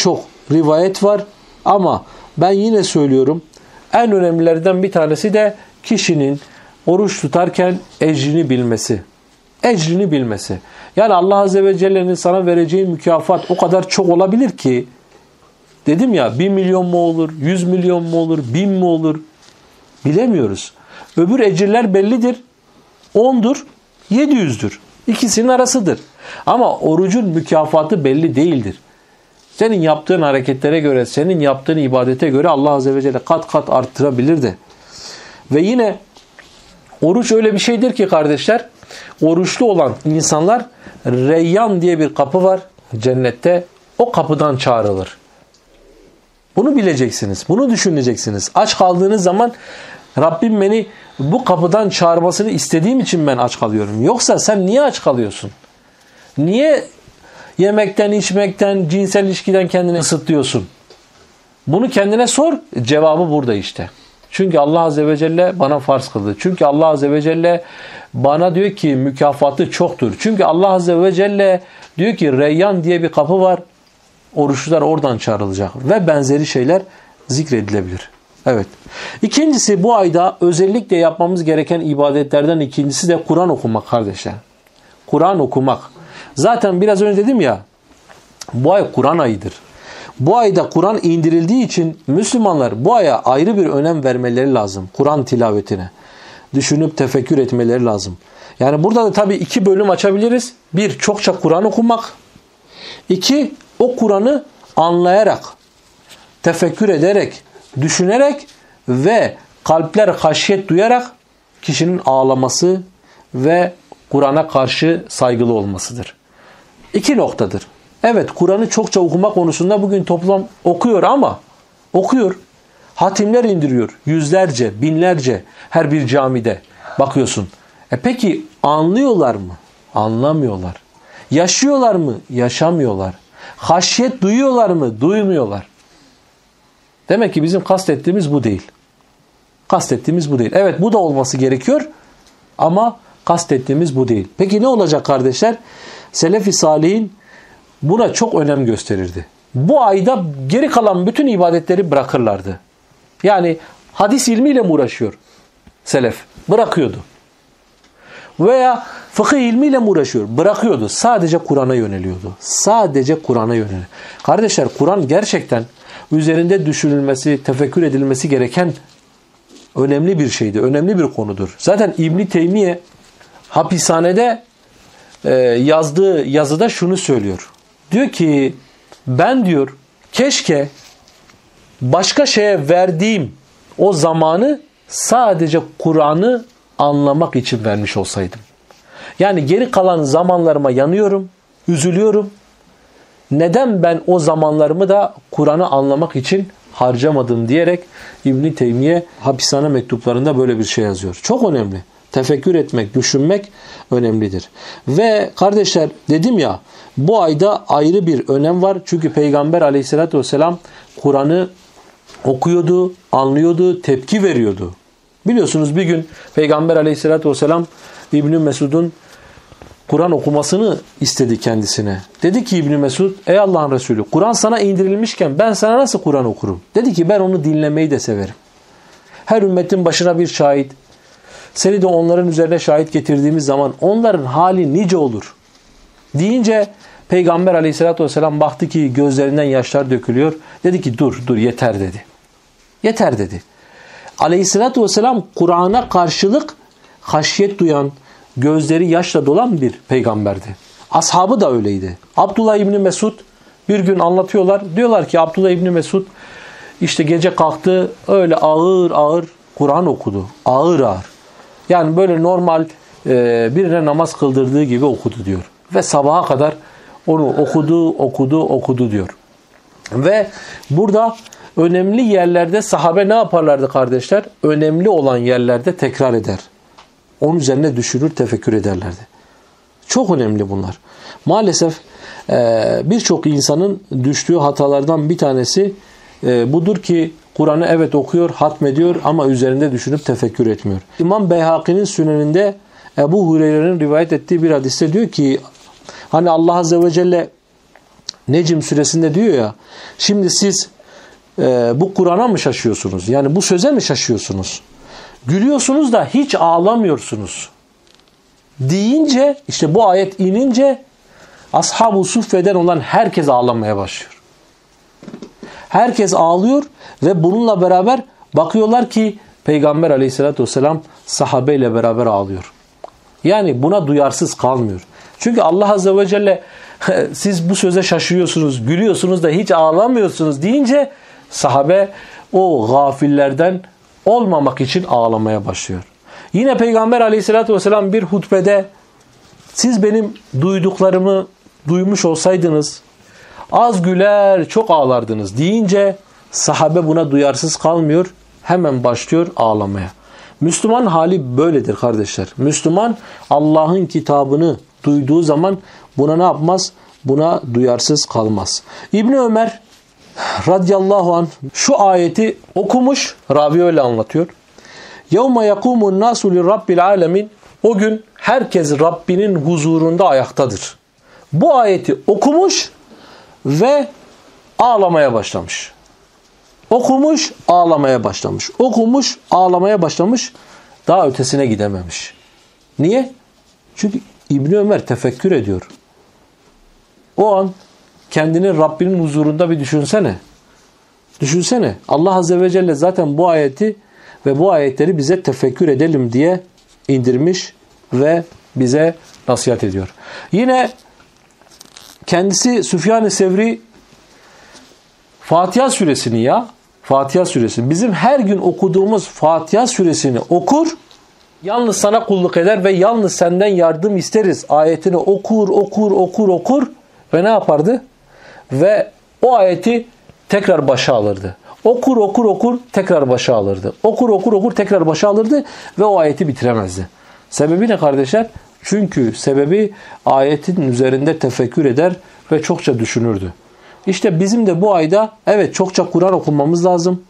rivayet var ama ben yine söylüyorum, en önemlilerden bir tanesi de kişinin oruç tutarken ecrini bilmesi. Ecrini bilmesi. Yani Allah Azze ve Celle'nin sana vereceği mükafat o kadar çok olabilir ki, dedim ya, 1 milyon mu olur, 100 milyon mu olur, 1000 mi olur bilemiyoruz. Öbür ecirler bellidir. 10'dur, 700'dür. İkisinin arasıdır. Ama orucun mükafatı belli değildir. Senin yaptığın hareketlere göre, senin yaptığın ibadete göre Allah Azze ve Celle kat kat arttırabilir de. Ve yine oruç öyle bir şeydir ki kardeşler, oruçlu olan insanlar, Reyyan diye bir kapı var cennette, o kapıdan çağrılır. Bunu bileceksiniz, bunu düşüneceksiniz. Aç kaldığınız zaman Rabbim beni bu kapıdan çağırmasını istediğim için ben aç kalıyorum. Yoksa sen niye aç kalıyorsun? Niye yemekten, içmekten, cinsel ilişkiden kendini ısıtlıyorsun? Bunu kendine sor. Cevabı burada işte. Çünkü Allah Azze ve Celle bana farz kıldı. Çünkü Allah Azze ve Celle bana diyor ki mükafatı çoktur. Çünkü Allah Azze ve Celle diyor ki Reyyan diye bir kapı var. Oruçlular oradan çağrılacak. Ve benzeri şeyler zikredilebilir. Evet. İkincisi, bu ayda özellikle yapmamız gereken ibadetlerden ikincisi de Kur'an okumak kardeşler. Kur'an okumak. Zaten biraz önce dedim ya, bu ay Kur'an ayıdır. Bu ayda Kur'an indirildiği için Müslümanlar bu aya ayrı bir önem vermeleri lazım. Kur'an tilavetine. Düşünüp tefekkür etmeleri lazım. Yani burada da tabii 2 bölüm açabiliriz. 1, çokça Kur'an okumak. 2, o Kur'an'ı anlayarak, tefekkür ederek, düşünerek ve kalpler haşyet duyarak kişinin ağlaması ve Kur'an'a karşı saygılı olmasıdır. 2 noktadır. Evet, Kur'an'ı çokça okuma konusunda bugün toplum okuyor ama okuyor. Hatimler indiriyor. Yüzlerce, binlerce her bir camide bakıyorsun. Peki anlıyorlar mı? Anlamıyorlar. Yaşıyorlar mı? Yaşamıyorlar. Haşyet duyuyorlar mı? Duymuyorlar. Demek ki bizim kastettiğimiz bu değil. Kastettiğimiz bu değil. Evet, bu da olması gerekiyor ama kastettiğimiz bu değil. Peki ne olacak kardeşler? Selef-i Salih'in buna çok önem gösterirdi. Bu ayda geri kalan bütün ibadetleri bırakırlardı. Yani hadis ilmiyle mi uğraşıyor selef? Bırakıyordu. Veya fıkıh ilmiyle mi uğraşıyor? Bırakıyordu. Sadece Kur'an'a yöneliyordu. Sadece Kur'an'a yöneliyordu. Kardeşler, Kur'an gerçekten üzerinde düşünülmesi, tefekkür edilmesi gereken önemli bir şeydi. Önemli bir konudur. Zaten İbn Teymiye hapishanede yazdığı yazıda şunu söylüyor. Diyor ki, ben diyor keşke başka şeye verdiğim o zamanı sadece Kur'an'ı anlamak için vermiş olsaydım. Yani geri kalan zamanlarıma yanıyorum, üzülüyorum. Neden ben o zamanlarımı da Kur'an'ı anlamak için harcamadım diyerek İbn Teymiye hapishane mektuplarında böyle bir şey yazıyor. Çok önemli. Tefekkür etmek, düşünmek önemlidir. Ve kardeşler, dedim ya, bu ayda ayrı bir önem var. Çünkü Peygamber Aleyhisselatü Vesselam Kur'an'ı okuyordu, anlıyordu, tepki veriyordu. Biliyorsunuz bir gün Peygamber Aleyhisselatü Vesselam İbn Mesud'un Kur'an okumasını istedi kendisine. Dedi ki İbn Mesud, ey Allah'ın Resulü, Kur'an sana indirilmişken ben sana nasıl Kur'an okurum? Dedi ki, ben onu dinlemeyi de severim. Her ümmetin başına bir şahit. Seni de onların üzerine şahit getirdiğimiz zaman onların hali nice olur. Deyince Peygamber Aleyhisselatü Vesselam baktı ki gözlerinden yaşlar dökülüyor. Dedi ki dur yeter dedi. Yeter dedi. Aleyhisselatü Vesselam Kur'an'a karşılık haşyet duyan, gözleri yaşla dolan bir peygamberdi. Ashabı da öyleydi. Abdullah İbni Mesud bir gün anlatıyorlar. Diyorlar ki Abdullah İbni Mesud işte gece kalktı, öyle ağır ağır Kur'an okudu. Ağır ağır. Yani böyle normal birine namaz kıldırdığı gibi okudu diyor. Ve sabaha kadar onu okudu diyor. Ve burada önemli yerlerde sahabe ne yaparlardı kardeşler? Önemli olan yerlerde tekrar eder. Onun üzerine düşünür, tefekkür ederlerdi. Çok önemli bunlar. Maalesef birçok insanın düştüğü hatalardan bir tanesi budur ki Kur'an'ı evet okuyor, hatmediyor ama üzerinde düşünüp tefekkür etmiyor. İmam Beyhaki'nin Süneninde Ebu Hureyre'nin rivayet ettiği bir hadiste diyor ki, hani Allah Azze ve Celle Necm suresinde diyor ya, şimdi siz bu Kur'an'a mı şaşıyorsunuz? Yani bu söze mi şaşıyorsunuz? Gülüyorsunuz da hiç ağlamıyorsunuz deyince, işte bu ayet inince Ashab-ı Suffe'den olan herkes ağlamaya başlıyor. Herkes ağlıyor ve bununla beraber bakıyorlar ki Peygamber Aleyhisselatü Vesselam sahabeyle beraber ağlıyor. Yani buna duyarsız kalmıyor. Çünkü Allah Azze ve Celle siz bu söze şaşırıyorsunuz, gülüyorsunuz da hiç ağlamıyorsunuz deyince sahabe o gafillerden olmamak için ağlamaya başlıyor. Yine Peygamber Aleyhisselatü Vesselam bir hutbede siz benim duyduklarımı duymuş olsaydınız az güler çok ağlardınız deyince sahabe buna duyarsız kalmıyor. Hemen başlıyor ağlamaya. Müslüman hali böyledir kardeşler. Müslüman Allah'ın kitabını duyduğu zaman buna ne yapmaz? Buna duyarsız kalmaz. İbni Ömer radıyallahu anh şu ayeti okumuş. Ravi öyle anlatıyor. يَوْمَ يَقُومُ النَّاسُ لِرَبِّ الْعَالَمِينَ O gün herkes Rabbinin huzurunda ayaktadır. Bu ayeti okumuş ve ağlamaya başlamış. Okumuş, ağlamaya başlamış. Okumuş, ağlamaya başlamış. Daha ötesine gidememiş. Niye? Çünkü İbni Ömer tefekkür ediyor. O an kendini Rabbinin huzurunda bir düşünsene. Düşünsene. Allah Azze ve Celle zaten bu ayeti ve bu ayetleri bize tefekkür edelim diye indirmiş ve bize nasihat ediyor. Yine kendisi Süfyan-ı Sevri Fatiha suresini Fatiha suresi. Bizim her gün okuduğumuz Fatiha suresini okur. Yalnız sana kulluk eder ve yalnız senden yardım isteriz. Ayetini okur ve ne yapardı? Ve o ayeti tekrar başa alırdı. Okur tekrar başa alırdı. Okur tekrar başa alırdı ve o ayeti bitiremezdi. Sebebi ne kardeşler? Çünkü sebebi ayetin üzerinde tefekkür eder ve çokça düşünürdü. İşte bizim de bu ayda evet çokça Kur'an okumamız lazım.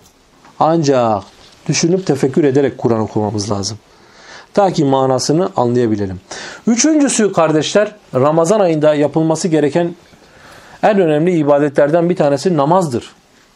Ancak düşünüp tefekkür ederek Kur'an okumamız lazım. Ta ki manasını anlayabilelim. Üçüncüsü kardeşler, Ramazan ayında yapılması gereken en önemli ibadetlerden bir tanesi namazdır.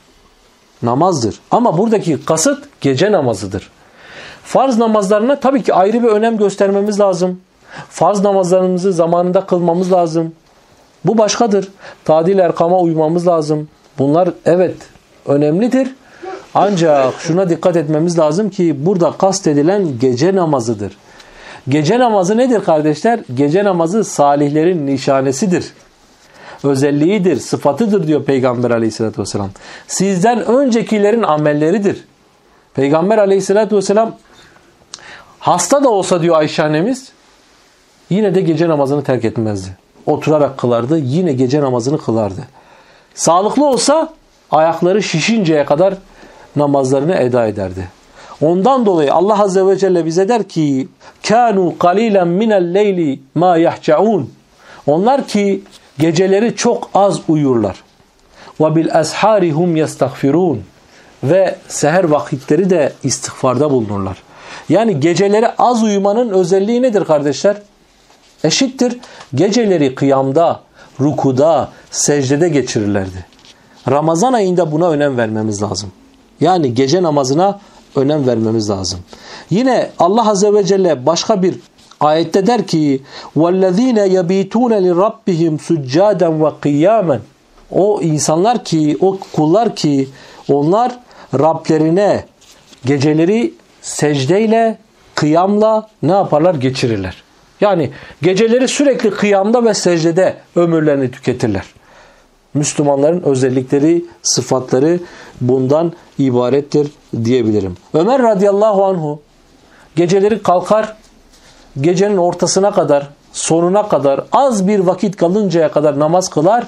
Namazdır. Ama buradaki kasıt gece namazıdır. Farz namazlarına tabii ki ayrı bir önem göstermemiz lazım. Farz namazlarımızı zamanında kılmamız lazım. Bu başkadır. Tadil erkama uymamız lazım. Bunlar evet önemlidir. Ancak şuna dikkat etmemiz lazım ki burada kastedilen gece namazıdır. Gece namazı nedir kardeşler? Gece namazı salihlerin nişanesidir. Özelliğidir, sıfatıdır diyor Peygamber Aleyhisselatü Vesselam. Sizden öncekilerin amelleridir. Peygamber Aleyhisselatü Vesselam hasta da olsa diyor Ayşe annemiz yine de gece namazını terk etmezdi. Oturarak kılardı, yine gece namazını kılardı. Sağlıklı olsa ayakları şişinceye kadar namazlarını eda ederdi. Ondan dolayı Allah Azze ve Celle bize der ki كَانُوا قَلِيلًا مِنَ اللَّيْلِ مَا يَحْجَعُونَ Onlar ki geceleri çok az uyurlar. وَبِالْأَسْحَارِ هُمْ يَسْتَغْفِرُونَ Ve seher vakitleri de istiğfarda bulunurlar. Yani geceleri az uyumanın özelliği nedir kardeşler? Eşittir. Geceleri kıyamda, rukuda, secdede geçirirlerdi. Ramazan ayında buna önem vermemiz lazım. Yani gece namazına önem vermemiz lazım. Yine Allah Azze ve Celle başka bir ayette der ki وَالَّذ۪ينَ يَب۪يتُونَ لِرَبِّهِمْ سُجَّادًا وَقِيَّامًا O insanlar ki, o kullar ki onlar Rablerine geceleri secdeyle, kıyamla ne yaparlar? Geçirirler. Yani geceleri sürekli kıyamda ve secdede ömürlerini tüketirler. Müslümanların özellikleri, sıfatları bundan ibarettir diyebilirim. Ömer radıyallahu anhu geceleri kalkar, gecenin ortasına kadar, sonuna kadar, az bir vakit kalıncaya kadar namaz kılar,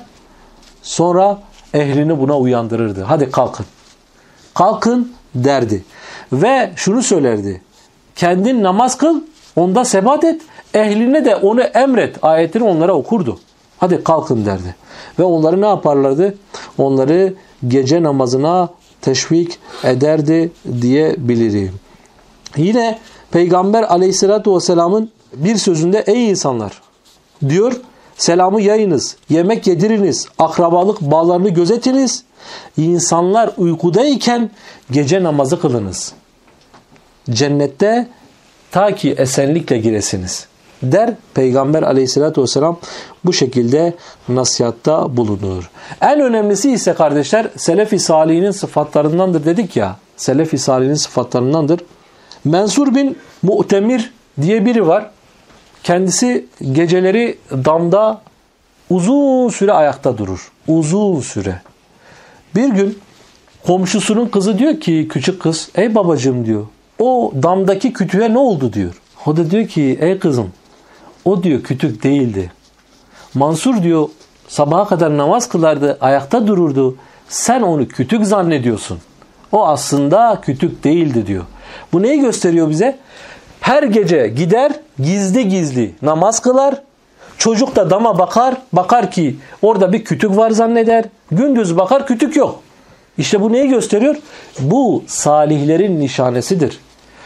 sonra ehlini buna uyandırırdı. Hadi kalkın. Kalkın derdi. Ve şunu söylerdi. Kendin namaz kıl, onda sebat et, ehline de onu emret. Ayetini onlara okurdu. Hadi kalkın derdi. Ve onları ne yaparlardı? Onları gece namazına teşvik ederdi diyebilirim. Yine Peygamber Aleyhisselatü Vesselam'ın bir sözünde ey insanlar diyor selamı yayınız, yemek yediriniz, akrabalık bağlarını gözetiniz. İnsanlar uykudayken gece namazı kılınız. Cennette ta ki esenlikle giresiniz der Peygamber aleyhissalatü vesselam, bu şekilde nasihatta bulunur. En önemlisi ise kardeşler Selefi Salihinin sıfatlarındandır dedik ya. Selefi Salihinin sıfatlarındandır. Mensur bin Mu'temir diye biri var. Kendisi geceleri damda uzun süre ayakta durur. Uzun süre. Bir gün komşusunun kızı diyor ki, küçük kız, ey babacığım diyor, o damdaki kütüğe ne oldu diyor. O da diyor ki, ey kızım, o diyor kütük değildi. Mansur diyor sabaha kadar namaz kılardı, ayakta dururdu. Sen onu kütük zannediyorsun. O aslında kütük değildi diyor. Bu neyi gösteriyor bize? Her gece gider gizli gizli namaz kılar. Çocuk da dama bakar ki orada bir kütük var zanneder. Gündüz bakar, kütük yok. İşte bu neyi gösteriyor? Bu salihlerin nişanesidir.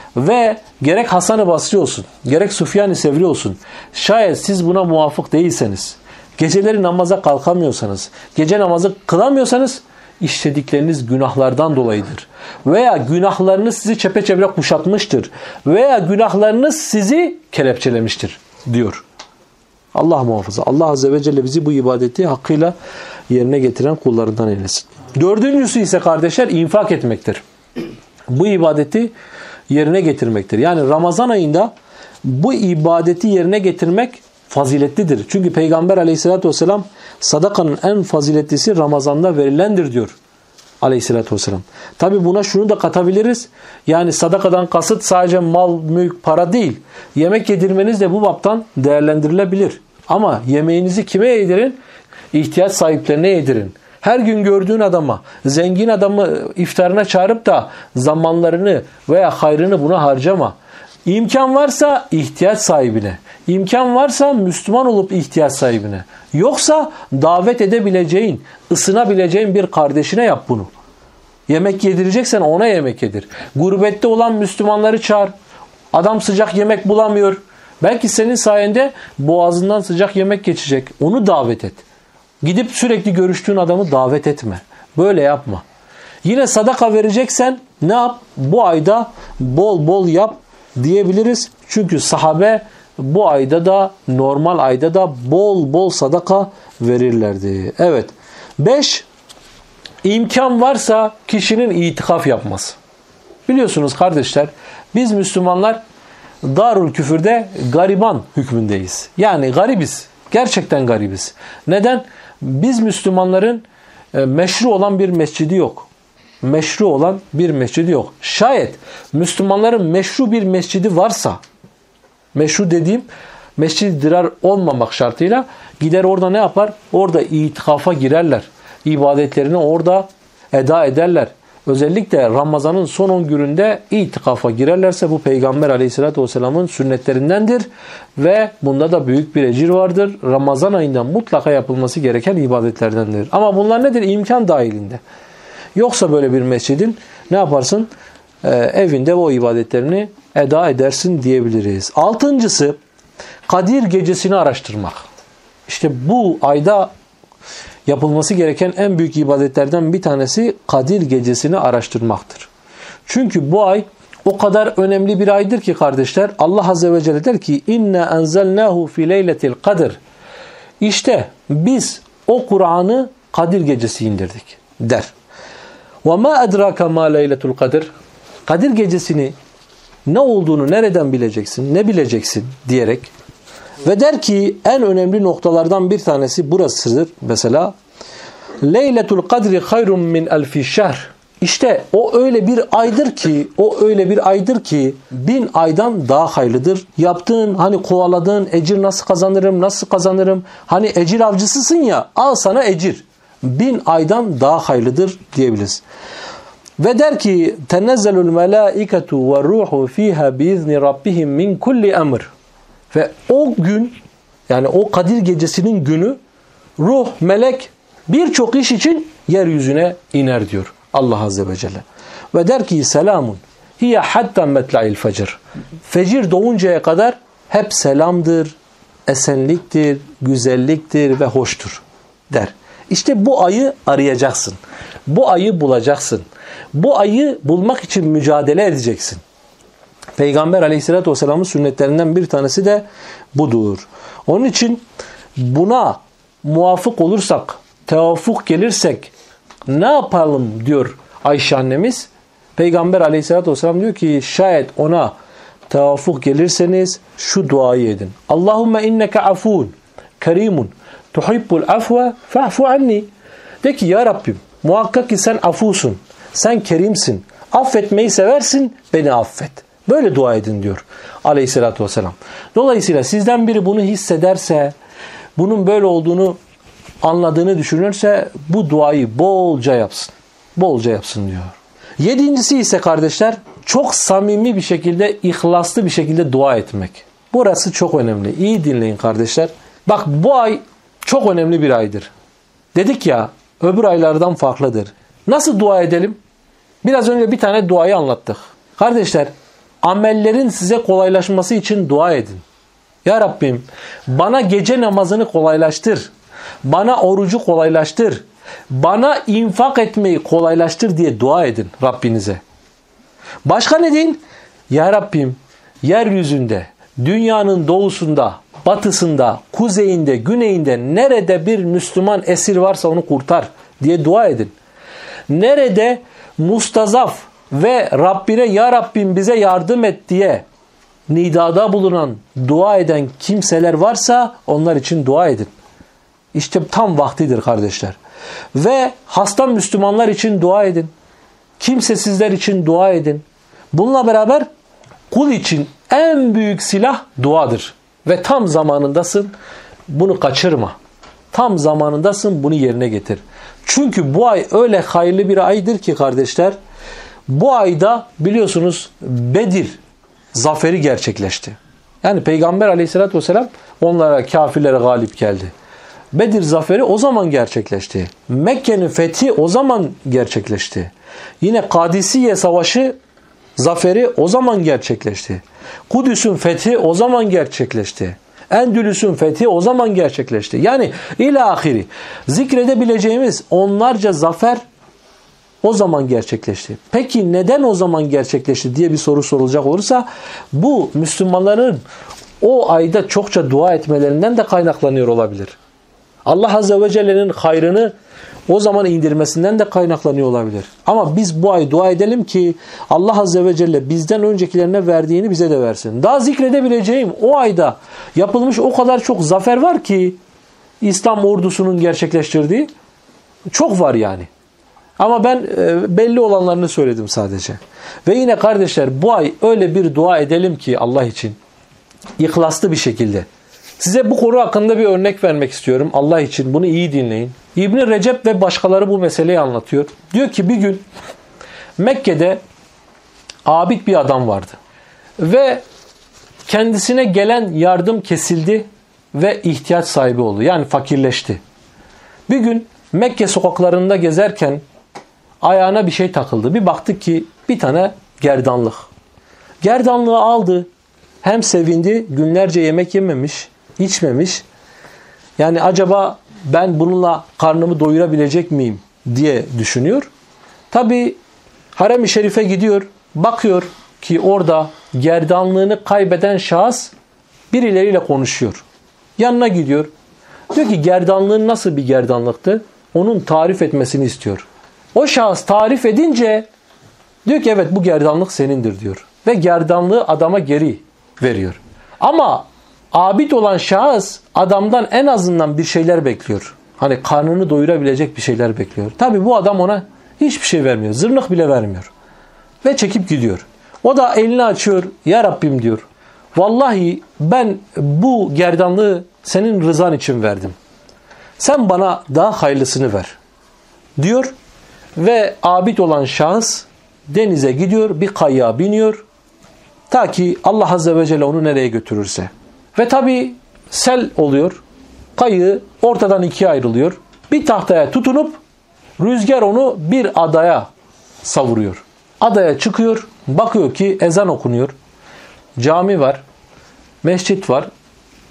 Ve gerek Hasan-ı Basri olsun, gerek Süfyan-ı Sevri olsun, şayet siz buna muvafık değilseniz, geceleri namaza kalkamıyorsanız, gece namazı kılamıyorsanız, işledikleriniz günahlardan dolayıdır. Veya günahlarınız sizi çepeçevre kuşatmıştır. Veya günahlarınız sizi kelepçelemiştir diyor. Allah muhafaza. Allah Azze ve Celle bizi bu ibadeti hakkıyla yerine getiren kullarından eylesin. Dördüncüsü ise kardeşler infak etmektir. Bu ibadeti yerine getirmektir. Yani Ramazan ayında bu ibadeti yerine getirmek faziletlidir. Çünkü Peygamber aleyhissalatü vesselam sadakanın en faziletlisi Ramazan'da verilendir diyor aleyhissalatü vesselam. Tabi buna şunu da katabiliriz. Yani sadakadan kasıt sadece mal, mülk, para değil. Yemek yedirmeniz de bu baptan değerlendirilebilir. Ama yemeğinizi kime yedirin? İhtiyaç sahiplerine yedirin. Her gün gördüğün adama, zengin adamı iftarına çağırıp da zamanlarını veya hayrını buna harcama. İmkan varsa ihtiyaç sahibine, imkan varsa Müslüman olup ihtiyaç sahibine, yoksa davet edebileceğin, ısınabileceğin bir kardeşine yap bunu. Yemek yedireceksen ona yemek yedir. Gurbette olan Müslümanları çağır. Adam sıcak yemek bulamıyor. Belki senin sayende boğazından sıcak yemek geçecek. Onu davet et. Gidip sürekli görüştüğün adamı davet etme. Böyle yapma. Yine sadaka vereceksen ne yap? Bu ayda bol bol yap diyebiliriz. Çünkü sahabe bu ayda da normal ayda da bol bol sadaka verirlerdi. Evet. 5. İmkan varsa kişinin itikaf yapması. Biliyorsunuz kardeşler, biz Müslümanlar Darül Küfür'de gariban hükmündeyiz. Yani garibiz. Gerçekten garibiz. Neden? Biz Müslümanların meşru olan bir mescidi yok. Meşru olan bir mescidi yok. Şayet Müslümanların meşru bir mescidi varsa, meşru dediğim mescid-i dirar olmamak şartıyla gider orada ne yapar? Orada itikafa girerler. İbadetlerini orada eda ederler. Özellikle Ramazan'ın son 10 gününde itikafa girerlerse bu Peygamber aleyhissalatü vesselamın sünnetlerindendir. Ve bunda da büyük bir ecir vardır. Ramazan ayında mutlaka yapılması gereken ibadetlerdendir. Ama bunlar nedir? İmkan dahilinde. Yoksa böyle bir mescidin ne yaparsın? Evinde o ibadetlerini eda edersin diyebiliriz. 6. Kadir gecesini araştırmak. İşte bu ayda yapılması gereken en büyük ibadetlerden bir tanesi Kadir gecesini araştırmaktır. Çünkü bu ay o kadar önemli bir aydır ki kardeşler, Allah Azze ve Celle der ki İnna enzelnahu fi leyletil kadir. İşte biz o Kur'an'ı Kadir gecesi indirdik der. Ve ma edraka ma leyletul kadir. Kadir gecesini ne olduğunu nereden bileceksin, ne bileceksin diyerek ve der ki en önemli noktalardan bir tanesi burasıdır. Mesela Leyletul kadri hayrun min elfi şehr. İşte o öyle bir aydır ki 1000 aydan daha hayırlıdır. Yaptığın, hani kovaladığın ecir nasıl kazanırım? Hani ecir avcısısın ya, al sana ecir. 1000 aydan daha hayırlıdır diyebiliriz. Ve der ki tenezzelul melaiketu ve ruhu fiha biizni rabbihim min kulli emr. Ve o gün, yani o Kadir gecesinin günü, ruh, melek birçok iş için yeryüzüne iner diyor Allah Azze ve Celle. Ve der ki selamun hiye hatta metla'il fecr. Fecir doğuncaya kadar hep selamdır, esenliktir, güzelliktir ve hoştur der. İşte bu ayı arayacaksın. Bu ayı bulacaksın. Bu ayı bulmak için mücadele edeceksin. Peygamber Aleyhisselatü Vesselam'ın sünnetlerinden bir tanesi de budur. Onun için buna muvafık olursak, tevafuk gelirsek ne yapalım diyor Ayşe annemiz. Peygamber Aleyhisselatü Vesselam diyor ki şayet ona tevafuk gelirseniz şu duayı edin. Allahümme inneke afun, kerimun, tuhibbul afve fa'fu anni. De ki ya Rabbim muhakkak ki sen afusun, sen kerimsin, affetmeyi seversin, beni affet. Böyle dua edin diyor Aleyhisselatü Vesselam. Dolayısıyla sizden biri bunu hissederse, bunun böyle olduğunu anladığını düşünürse bu duayı bolca yapsın. Bolca yapsın diyor. Yedincisi ise kardeşler çok samimi bir şekilde, ihlaslı bir şekilde dua etmek. Burası çok önemli. İyi dinleyin kardeşler. Bak bu ay çok önemli bir aydır. Dedik ya öbür aylardan farklıdır. Nasıl dua edelim? Biraz önce bir tane duayı anlattık. Kardeşler amellerin size kolaylaşması için dua edin. Ya Rabbim bana gece namazını kolaylaştır. Bana orucu kolaylaştır. Bana infak etmeyi kolaylaştır diye dua edin Rabbinize. Başka ne deyin? Ya Rabbim yeryüzünde, dünyanın doğusunda, batısında, kuzeyinde, güneyinde nerede bir Müslüman esir varsa onu kurtar diye dua edin. Nerede mustazaf ve Rabbine ya Rabbim bize yardım et diye nidada bulunan, dua eden kimseler varsa onlar için dua edin. İşte tam vaktidir kardeşler. Ve hasta Müslümanlar için dua edin. Kimsesizler için dua edin. Bununla beraber kul için en büyük silah duadır. Ve tam zamanındasın, bunu kaçırma. Tam zamanındasın, bunu yerine getir. Çünkü bu ay öyle hayırlı bir aydır ki kardeşler, bu ayda biliyorsunuz Bedir zaferi gerçekleşti. Yani Peygamber Aleyhisselatü Vesselam onlara, kafirlere galip geldi. Bedir zaferi o zaman gerçekleşti. Mekke'nin fethi o zaman gerçekleşti. Yine Kadisiye Savaşı zaferi o zaman gerçekleşti. Kudüs'ün fethi o zaman gerçekleşti. Endülüs'ün fethi o zaman gerçekleşti. Yani ilahiri zikredebileceğimiz onlarca zafer o zaman gerçekleşti. Peki neden o zaman gerçekleşti diye bir soru sorulacak olursa bu Müslümanların o ayda çokça dua etmelerinden de kaynaklanıyor olabilir. Allah Azze ve Celle'nin hayrını o zaman indirmesinden de kaynaklanıyor olabilir. Ama biz bu ay dua edelim ki Allah Azze ve Celle bizden öncekilerine verdiğini bize de versin. Daha zikredebileceğim o ayda yapılmış o kadar çok zafer var ki İslam ordusunun gerçekleştirdiği çok var yani. Ama ben belli olanlarını söyledim sadece. Ve yine kardeşler bu ay öyle bir dua edelim ki Allah için ihlaslı bir şekilde. Size bu konu hakkında bir örnek vermek istiyorum. Allah için bunu iyi dinleyin. İbn-i Recep ve başkaları bu meseleyi anlatıyor. Diyor ki bir gün Mekke'de abid bir adam vardı. Ve kendisine gelen yardım kesildi ve ihtiyaç sahibi oldu. Yani fakirleşti. Bir gün Mekke sokaklarında gezerken ayağına bir şey takıldı. Bir baktı ki bir tane gerdanlık. Gerdanlığı aldı. Hem sevindi, günlerce yemek yememiş, içmemiş. Yani acaba ben bununla karnımı doyurabilecek miyim diye düşünüyor. Tabi Harem-i Şerif'e gidiyor. Bakıyor ki orada gerdanlığını kaybeden şahıs birileriyle konuşuyor. Yanına gidiyor. Diyor ki gerdanlığın nasıl bir gerdanlıktı? Onun tarif etmesini istiyor. O şahıs tarif edince diyor ki evet bu gerdanlık senindir diyor. Ve gerdanlığı adama geri veriyor. Ama abid olan şahıs adamdan en azından bir şeyler bekliyor. Hani karnını doyurabilecek bir şeyler bekliyor. Tabi bu adam ona hiçbir şey vermiyor. Zırnık bile vermiyor. Ve çekip gidiyor. O da elini açıyor. Ya Rabbim diyor. Vallahi ben bu gerdanlığı senin rızan için verdim. Sen bana daha hayırlısını ver. Diyor. Ve abid olan şahıs denize gidiyor. Bir kayığa biniyor. Ta ki Allah Azze ve Celle onu nereye götürürse. Ve tabi sel oluyor. Kayığı ortadan ikiye ayrılıyor. Bir tahtaya tutunup rüzgar onu bir adaya savuruyor. Adaya çıkıyor. Bakıyor ki ezan okunuyor. Cami var. Mescit var.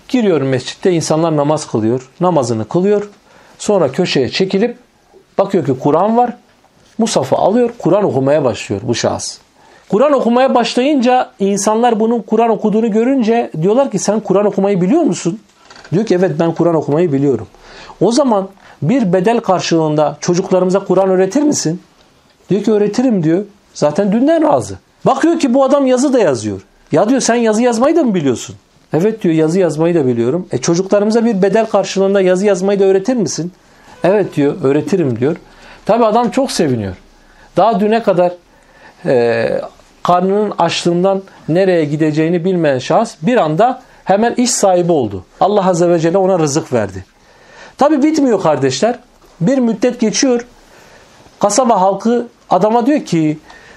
Giriyor mescitte, insanlar namaz kılıyor. Namazını kılıyor. Sonra köşeye çekilip bakıyor ki Kur'an var. Mushafı alıyor, Kur'an okumaya başlıyor bu şahıs. Kur'an okumaya başlayınca insanlar bunun Kur'an okuduğunu görünce diyorlar ki sen Kur'an okumayı biliyor musun? Diyor ki evet ben Kur'an okumayı biliyorum. O zaman bir bedel karşılığında çocuklarımıza Kur'an öğretir misin? Diyor ki öğretirim diyor. Zaten dünden razı. Bakıyor ki bu adam yazı da yazıyor. Ya diyor sen yazı yazmayı da mı biliyorsun? Evet diyor yazı yazmayı da biliyorum. Çocuklarımıza bir bedel karşılığında yazı yazmayı da öğretir misin? Evet diyor öğretirim diyor. Tabi adam çok seviniyor. Daha düne kadar karnının açlığından nereye gideceğini bilmeyen şahıs bir anda hemen iş sahibi oldu. Allah Azze ve Celle ona rızık verdi. Tabi bitmiyor kardeşler. Bir müddet geçiyor. Kasaba halkı adama diyor ki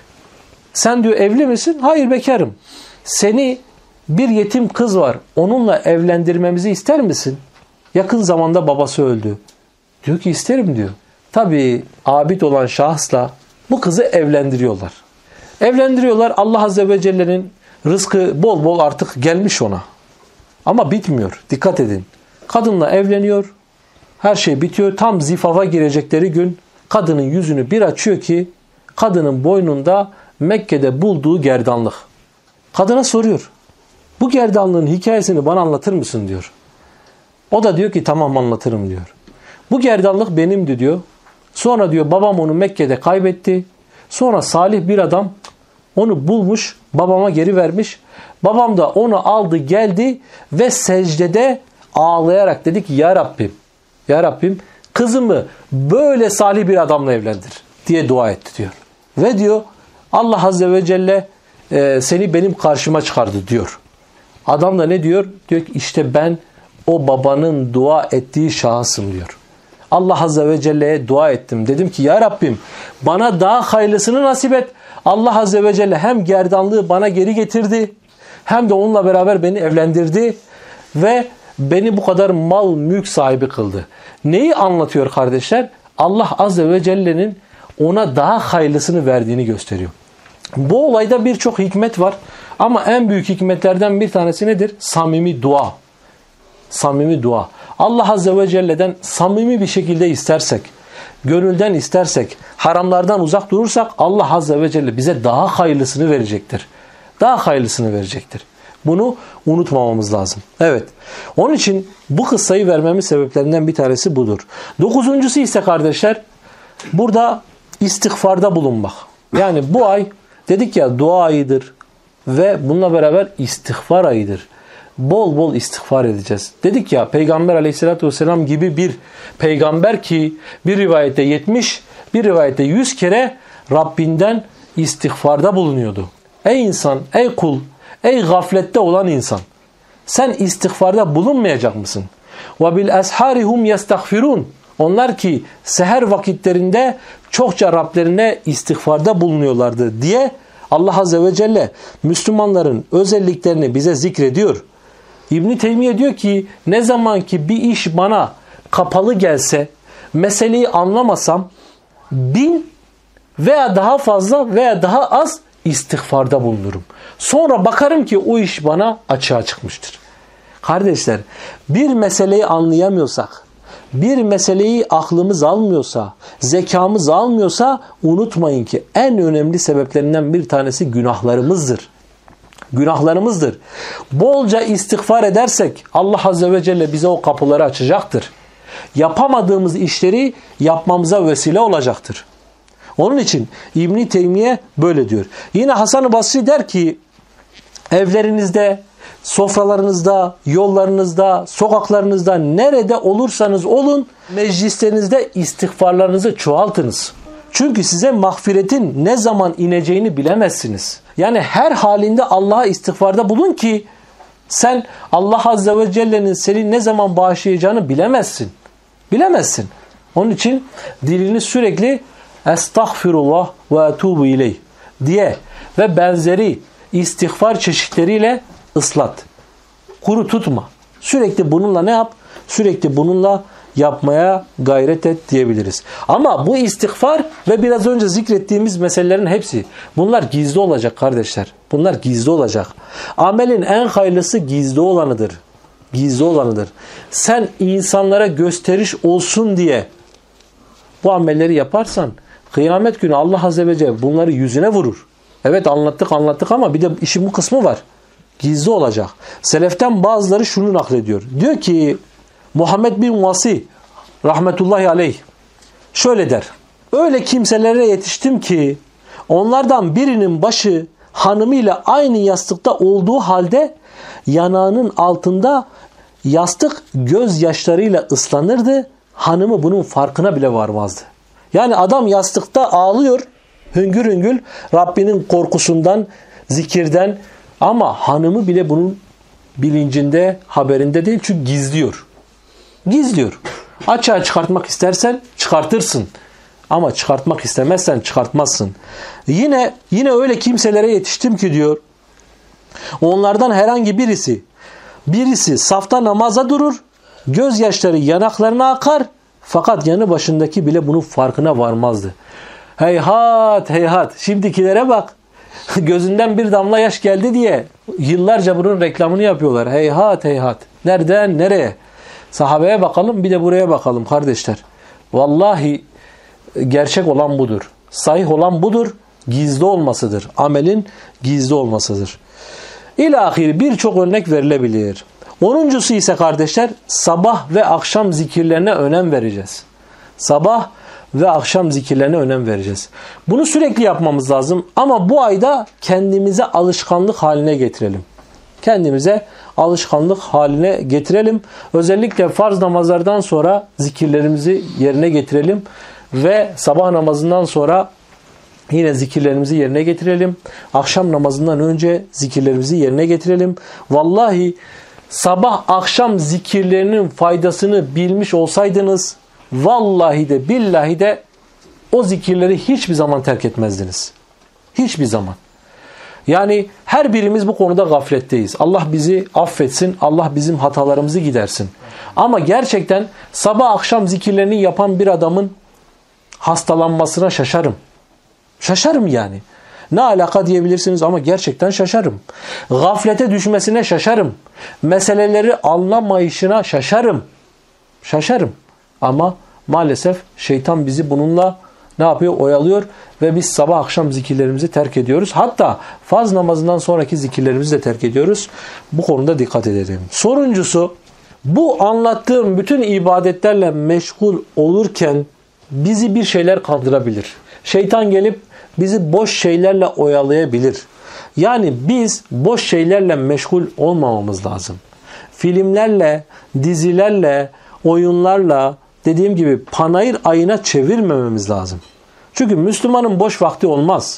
sen diyor evli misin? Hayır bekarım. Seni bir yetim kız var. Onunla evlendirmemizi ister misin? Yakın zamanda babası öldü. Diyor ki isterim diyor. Tabii abid olan şahısla bu kızı evlendiriyorlar. Evlendiriyorlar. Allah Azze ve Celle'nin rızkı bol bol artık gelmiş ona. Ama bitmiyor. Dikkat edin. Kadınla evleniyor. Her şey bitiyor. Tam zifafa girecekleri gün kadının yüzünü bir açıyor ki kadının boynunda Mekke'de bulduğu gerdanlık. Kadına soruyor. Bu gerdanlığın hikayesini bana anlatır mısın diyor. O da diyor ki tamam anlatırım diyor. Bu gerdanlık benimdi diyor. Sonra diyor babam onu Mekke'de kaybetti. Sonra salih bir adam onu bulmuş, babama geri vermiş. Babam da onu aldı geldi ve secdede ağlayarak dedi ki ya Rabbim, ya Rabbim kızımı böyle salih bir adamla evlendir diye dua etti diyor. Ve diyor Allah Azze ve Celle seni benim karşıma çıkardı diyor. Adam da ne diyor? Diyor ki işte ben o babanın dua ettiği şahısım diyor. Allah Azze ve Celle'ye dua ettim. Dedim ki ya Rabbim bana daha hayırlısını nasip et. Allah Azze ve Celle hem gerdanlığı bana geri getirdi hem de onunla beraber beni evlendirdi ve beni bu kadar mal mülk sahibi kıldı. Neyi anlatıyor kardeşler? Allah Azze ve Celle'nin ona daha hayırlısını verdiğini gösteriyor. Bu olayda birçok hikmet var ama en büyük hikmetlerden bir tanesi nedir? Samimi dua. Samimi dua. Allah Azze ve Celle'den samimi bir şekilde istersek, gönülden istersek, haramlardan uzak durursak Allah Azze ve Celle bize daha hayırlısını verecektir. Daha hayırlısını verecektir. Bunu unutmamamız lazım. Evet. Onun için bu kıssayı vermemin sebeplerinden bir tanesi budur. 9. ise kardeşler burada istiğfarda bulunmak. Yani bu ay dedik ya dua ayıdır ve bununla beraber istiğfar ayıdır. Bol bol istiğfar edeceğiz. Dedik ya Peygamber Aleyhisselatü Vesselam gibi bir peygamber ki bir rivayette 70, bir rivayette 100 kere Rabbinden istiğfarda bulunuyordu. Ey insan, ey kul, ey gaflette olan insan. Sen istiğfarda bulunmayacak mısın? وَبِالْأَسْحَارِ هُمْ يَسْتَغْفِرُونَ Onlar ki seher vakitlerinde çokça Rablerine istiğfarda bulunuyorlardı diye Allah Azze ve Celle Müslümanların özelliklerini bize zikrediyor. İbn Teymiye diyor ki ne zaman ki bir iş bana kapalı gelse, meseleyi anlamasam 1000 veya daha fazla veya daha az istiğfarda bulunurum. Sonra bakarım ki o iş bana açığa çıkmıştır. Kardeşler bir meseleyi anlayamıyorsak, bir meseleyi aklımız almıyorsa, zekamız almıyorsa unutmayın ki en önemli sebeplerinden bir tanesi günahlarımızdır. Günahlarımızdır. Bolca istiğfar edersek Allah Azze ve Celle bize o kapıları açacaktır. Yapamadığımız işleri yapmamıza vesile olacaktır. Onun için İbn Teymiye böyle diyor. Yine Hasan-ı Basri der ki evlerinizde, sofralarınızda, yollarınızda, sokaklarınızda nerede olursanız olun meclislerinizde istiğfarlarınızı çoğaltınız. Çünkü size mağfiretin ne zaman ineceğini bilemezsiniz. Yani her halinde Allah'a istiğfarda bulun ki sen Allah Azze ve Celle'nin seni ne zaman bağışlayacağını bilemezsin. Bilemezsin. Onun için dilini sürekli Estağfirullah ve etubu ileyh diye ve benzeri istiğfar çeşitleriyle ıslat. Kuru tutma. Sürekli bununla ne yap? Sürekli bununla yapmaya gayret et diyebiliriz. Ama bu istiğfar ve biraz önce zikrettiğimiz meselelerin hepsi bunlar gizli olacak kardeşler. Bunlar gizli olacak. Amelin en hayırlısı gizli olanıdır. gizli olanıdır. Sen insanlara gösteriş olsun diye bu amelleri yaparsan kıyamet günü Allah Azze ve Celle bunları yüzüne vurur. Evet anlattık ama bir de işin bu kısmı var. Gizli olacak. Seleften bazıları şunu naklediyor. Diyor ki Muhammed bin Vasi rahmetullahi aleyh şöyle der. Öyle kimselere yetiştim ki onlardan birinin başı hanımıyla aynı yastıkta olduğu halde yanağının altında yastık gözyaşlarıyla ıslanırdı. Hanımı bunun farkına bile varmazdı. Yani adam yastıkta ağlıyor hüngür hüngür Rabbinin korkusundan, zikirden ama hanımı bile bunun bilincinde, haberinde değil çünkü gizliyor. Gizliyor. Açığa çıkartmak istersen çıkartırsın. Ama çıkartmak istemezsen çıkartmazsın. Yine öyle kimselere yetiştim ki diyor. Onlardan herhangi birisi safta namaza durur. Gözyaşları yanaklarına akar. Fakat yanı başındaki bile bunun farkına varmazdı. Heyhat heyhat. Şimdikilere bak. Gözünden bir damla yaş geldi diye yıllarca bunun reklamını yapıyorlar. Heyhat heyhat. Nereden nereye? Sahabeye bakalım bir de buraya bakalım kardeşler. Vallahi gerçek olan budur. Sahih olan budur. Gizli olmasıdır. Amelin gizli olmasıdır. İlahir birçok örnek verilebilir. 10'uncusu ise kardeşler sabah ve akşam zikirlerine önem vereceğiz. Sabah ve akşam zikirlerine önem vereceğiz. Bunu sürekli yapmamız lazım ama bu ayda kendimize alışkanlık haline getirelim. Kendimize alışkanlık haline getirelim. Özellikle farz namazlardan sonra zikirlerimizi yerine getirelim ve sabah namazından sonra yine zikirlerimizi yerine getirelim. Akşam namazından önce zikirlerimizi yerine getirelim. Vallahi sabah akşam zikirlerinin faydasını bilmiş olsaydınız vallahi de billahi de o zikirleri hiçbir zaman terk etmezdiniz. Hiçbir zaman. Yani her birimiz bu konuda gafletteyiz. Allah bizi affetsin. Allah bizim hatalarımızı gidersin. Ama gerçekten sabah akşam zikirlerini yapan bir adamın hastalanmasına şaşarım. Şaşarım yani. Ne alaka diyebilirsiniz ama gerçekten şaşarım. Gaflete düşmesine şaşarım. Meseleleri anlamayışına şaşarım. Şaşarım. Ama maalesef şeytan bizi bununla ne yapıyor? Oyalıyor ve biz sabah akşam zikirlerimizi terk ediyoruz. Hatta farz namazından sonraki zikirlerimizi de terk ediyoruz. Bu konuda dikkat edelim. Sonuncusu, bu anlattığım bütün ibadetlerle meşgul olurken bizi bir şeyler kandırabilir. Şeytan gelip bizi boş şeylerle oyalayabilir. Yani biz boş şeylerle meşgul olmamamız lazım. Filmlerle, dizilerle, oyunlarla, dediğim gibi panayır ayına çevirmememiz lazım. Çünkü Müslümanın boş vakti olmaz.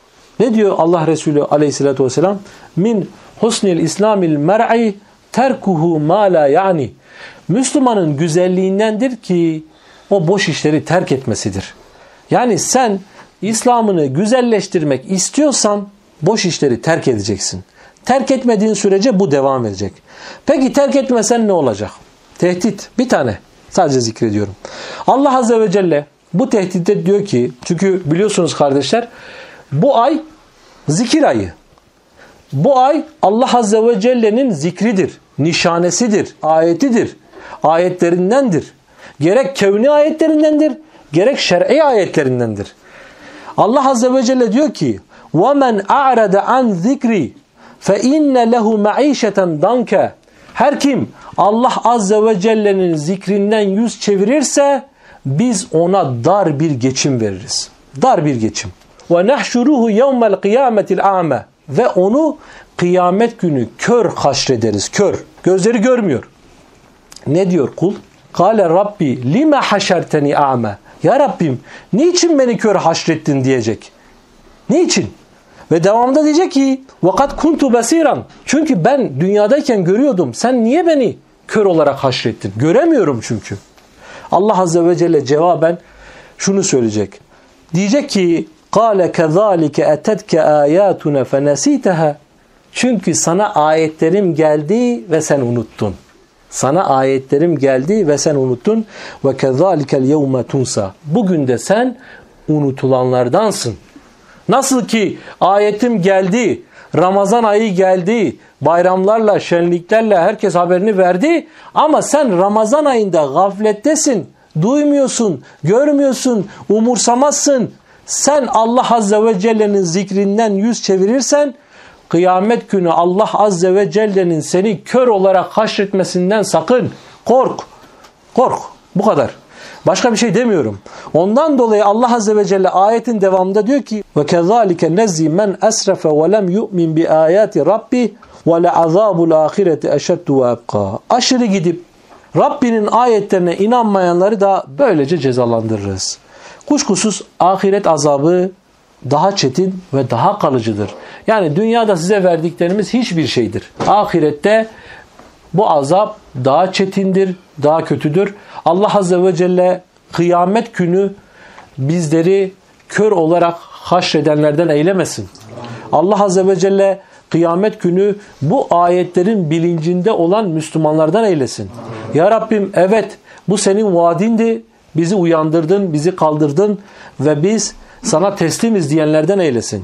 Ne diyor Allah Resulü aleyhissalatü vesselam? Min husnil islamil mer'i terkuhu ma la yani. Müslümanın güzelliğindendir ki o boş işleri terk etmesidir. Yani sen İslam'ını güzelleştirmek istiyorsan boş işleri terk edeceksin. Terk etmediğin sürece bu devam edecek. Peki terk etmesen ne olacak? Tehdit bir tane. Sadece zikrediyorum. Allah Azze ve Celle bu tehditte diyor ki, çünkü biliyorsunuz kardeşler bu ay zikir ayı. Bu ay Allah Azze ve Celle'nin zikridir, nişanesidir, ayetidir, ayetlerindendir. Gerek kevni ayetlerindendir, gerek şer'i ayetlerindendir. Allah Azze ve Celle diyor ki وَمَنْ أَعْرَدَ عَنْ ذِكْرِ فَاِنَّ لَهُ مَعِيشَةً دَنْكَ. Her kim Allah Azze ve Celle'nin zikrinden yüz çevirirse biz ona dar bir geçim veririz. Dar bir geçim. وَنَحْشُرُهُ يَوْمَ الْقِيَامَةِ الْاَعْمَى. Ve onu kıyamet günü kör haşrederiz. Kör. Gözleri görmüyor. Ne diyor kul? قَالَ رَبِّي لِمَا حَشَرْتَنِي اَعْمَى. Ya Rabbim niçin beni kör haşrettin diyecek. Niçin? Ve devamında diyecek ki وَقَدْ كُنْتُ بَصِيرًا. Çünkü ben dünyadayken görüyordum. Sen niye beni kör olarak haşrettin? Göremiyorum çünkü. Allah Azze ve Celle cevaben şunu söyleyecek. Diyecek ki قَالَ كَذَٰلِكَ اَتَتْكَ آيَاتُنَا فَنَسِيتَهَا. Çünkü sana ayetlerim geldi ve sen unuttun. Sana ayetlerim geldi ve sen unuttun. وَكَذَٰلِكَ الْيَوْمَ تُنْسَى. Bugün de sen unutulanlardansın. Nasıl ki ayetim geldi, Ramazan ayı geldi. Bayramlarla, şenliklerle herkes haberini verdi. Ama sen Ramazan ayında gaflettesin. Duymuyorsun, görmüyorsun, umursamazsın. Sen Allah Azze ve Celle'nin zikrinden yüz çevirirsen, kıyamet günü Allah Azze ve Celle'nin seni kör olarak haşretmesinden sakın. Kork. Kork. Bu kadar. Başka bir şey demiyorum. Ondan dolayı Allah Azze ve Celle ayetin devamında diyor ki وَكَذَٰلِكَ نَزِّي مَنْ أَسْرَفَ وَلَمْ يُؤْمِنْ بِآيَاتِ رَبِّهِ وَلَعَذَابُ الْآخِرَةِ أَشَدُّ وَأَبْقَى. Aşırı gidip Rabbinin ayetlerine inanmayanları da böylece cezalandırırız. Kuşkusuz ahiret azabı daha çetin ve daha kalıcıdır. Yani dünyada size verdiklerimiz hiçbir şeydir. Ahirette bu azap daha çetindir, daha kötüdür. Allah Azze ve Celle kıyamet günü bizleri kör olarak haşredenlerden eylemesin. Allah Azze ve Celle kıyamet günü bu ayetlerin bilincinde olan Müslümanlardan eylesin. Ya Rabbim, evet bu senin vaadindi, bizi uyandırdın, bizi kaldırdın ve biz sana teslimiz diyenlerden eylesin.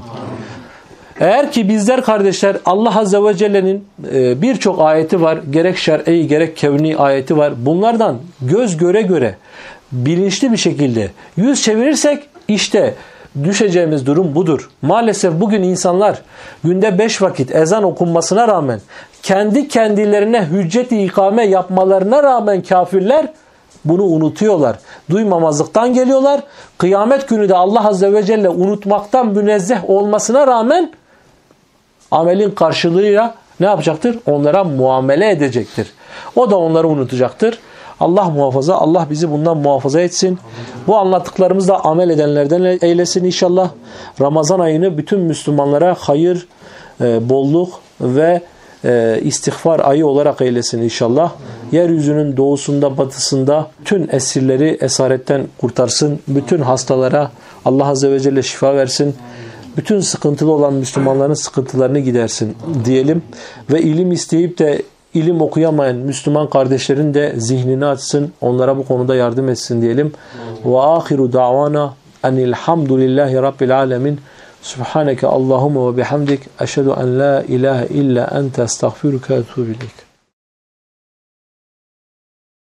Eğer ki bizler kardeşler Allah Azze ve Celle'nin birçok ayeti var, gerek şer'i gerek kevni ayeti var. Bunlardan göz göre göre bilinçli bir şekilde yüz çevirirsek işte düşeceğimiz durum budur. Maalesef bugün insanlar günde 5 vakit ezan okunmasına rağmen kendi kendilerine hüccet-i ikame yapmalarına rağmen kafirler bunu unutuyorlar. Duymamazlıktan geliyorlar. Kıyamet günü de Allah Azze ve Celle unutmaktan münezzeh olmasına rağmen amelin karşılığıyla ne yapacaktır? Onlara muamele edecektir. O da onları unutacaktır. Allah muhafaza, Allah bizi bundan muhafaza etsin. Bu anlattıklarımızla amel edenlerden eylesin inşallah. Ramazan ayını bütün Müslümanlara hayır, bolluk ve istiğfar ayı olarak eylesin inşallah. Yeryüzünün doğusunda, batısında tüm esirleri esaretten kurtarsın. Bütün hastalara Allah Azze ve Celle şifa versin. Bütün sıkıntılı olan Müslümanların sıkıntılarını gidersin diyelim. Ve ilim isteyip de ilim okuyamayan Müslüman kardeşlerin de zihnini açsın. Onlara bu konuda yardım etsin diyelim. Ve ahiru da'vana enilhamdülillahi rabbil alemin. Subhaneke Allahumma ve bihamdik. Eşhedü en la ilahe illa ente estağfiruke ve etûbü ileyk.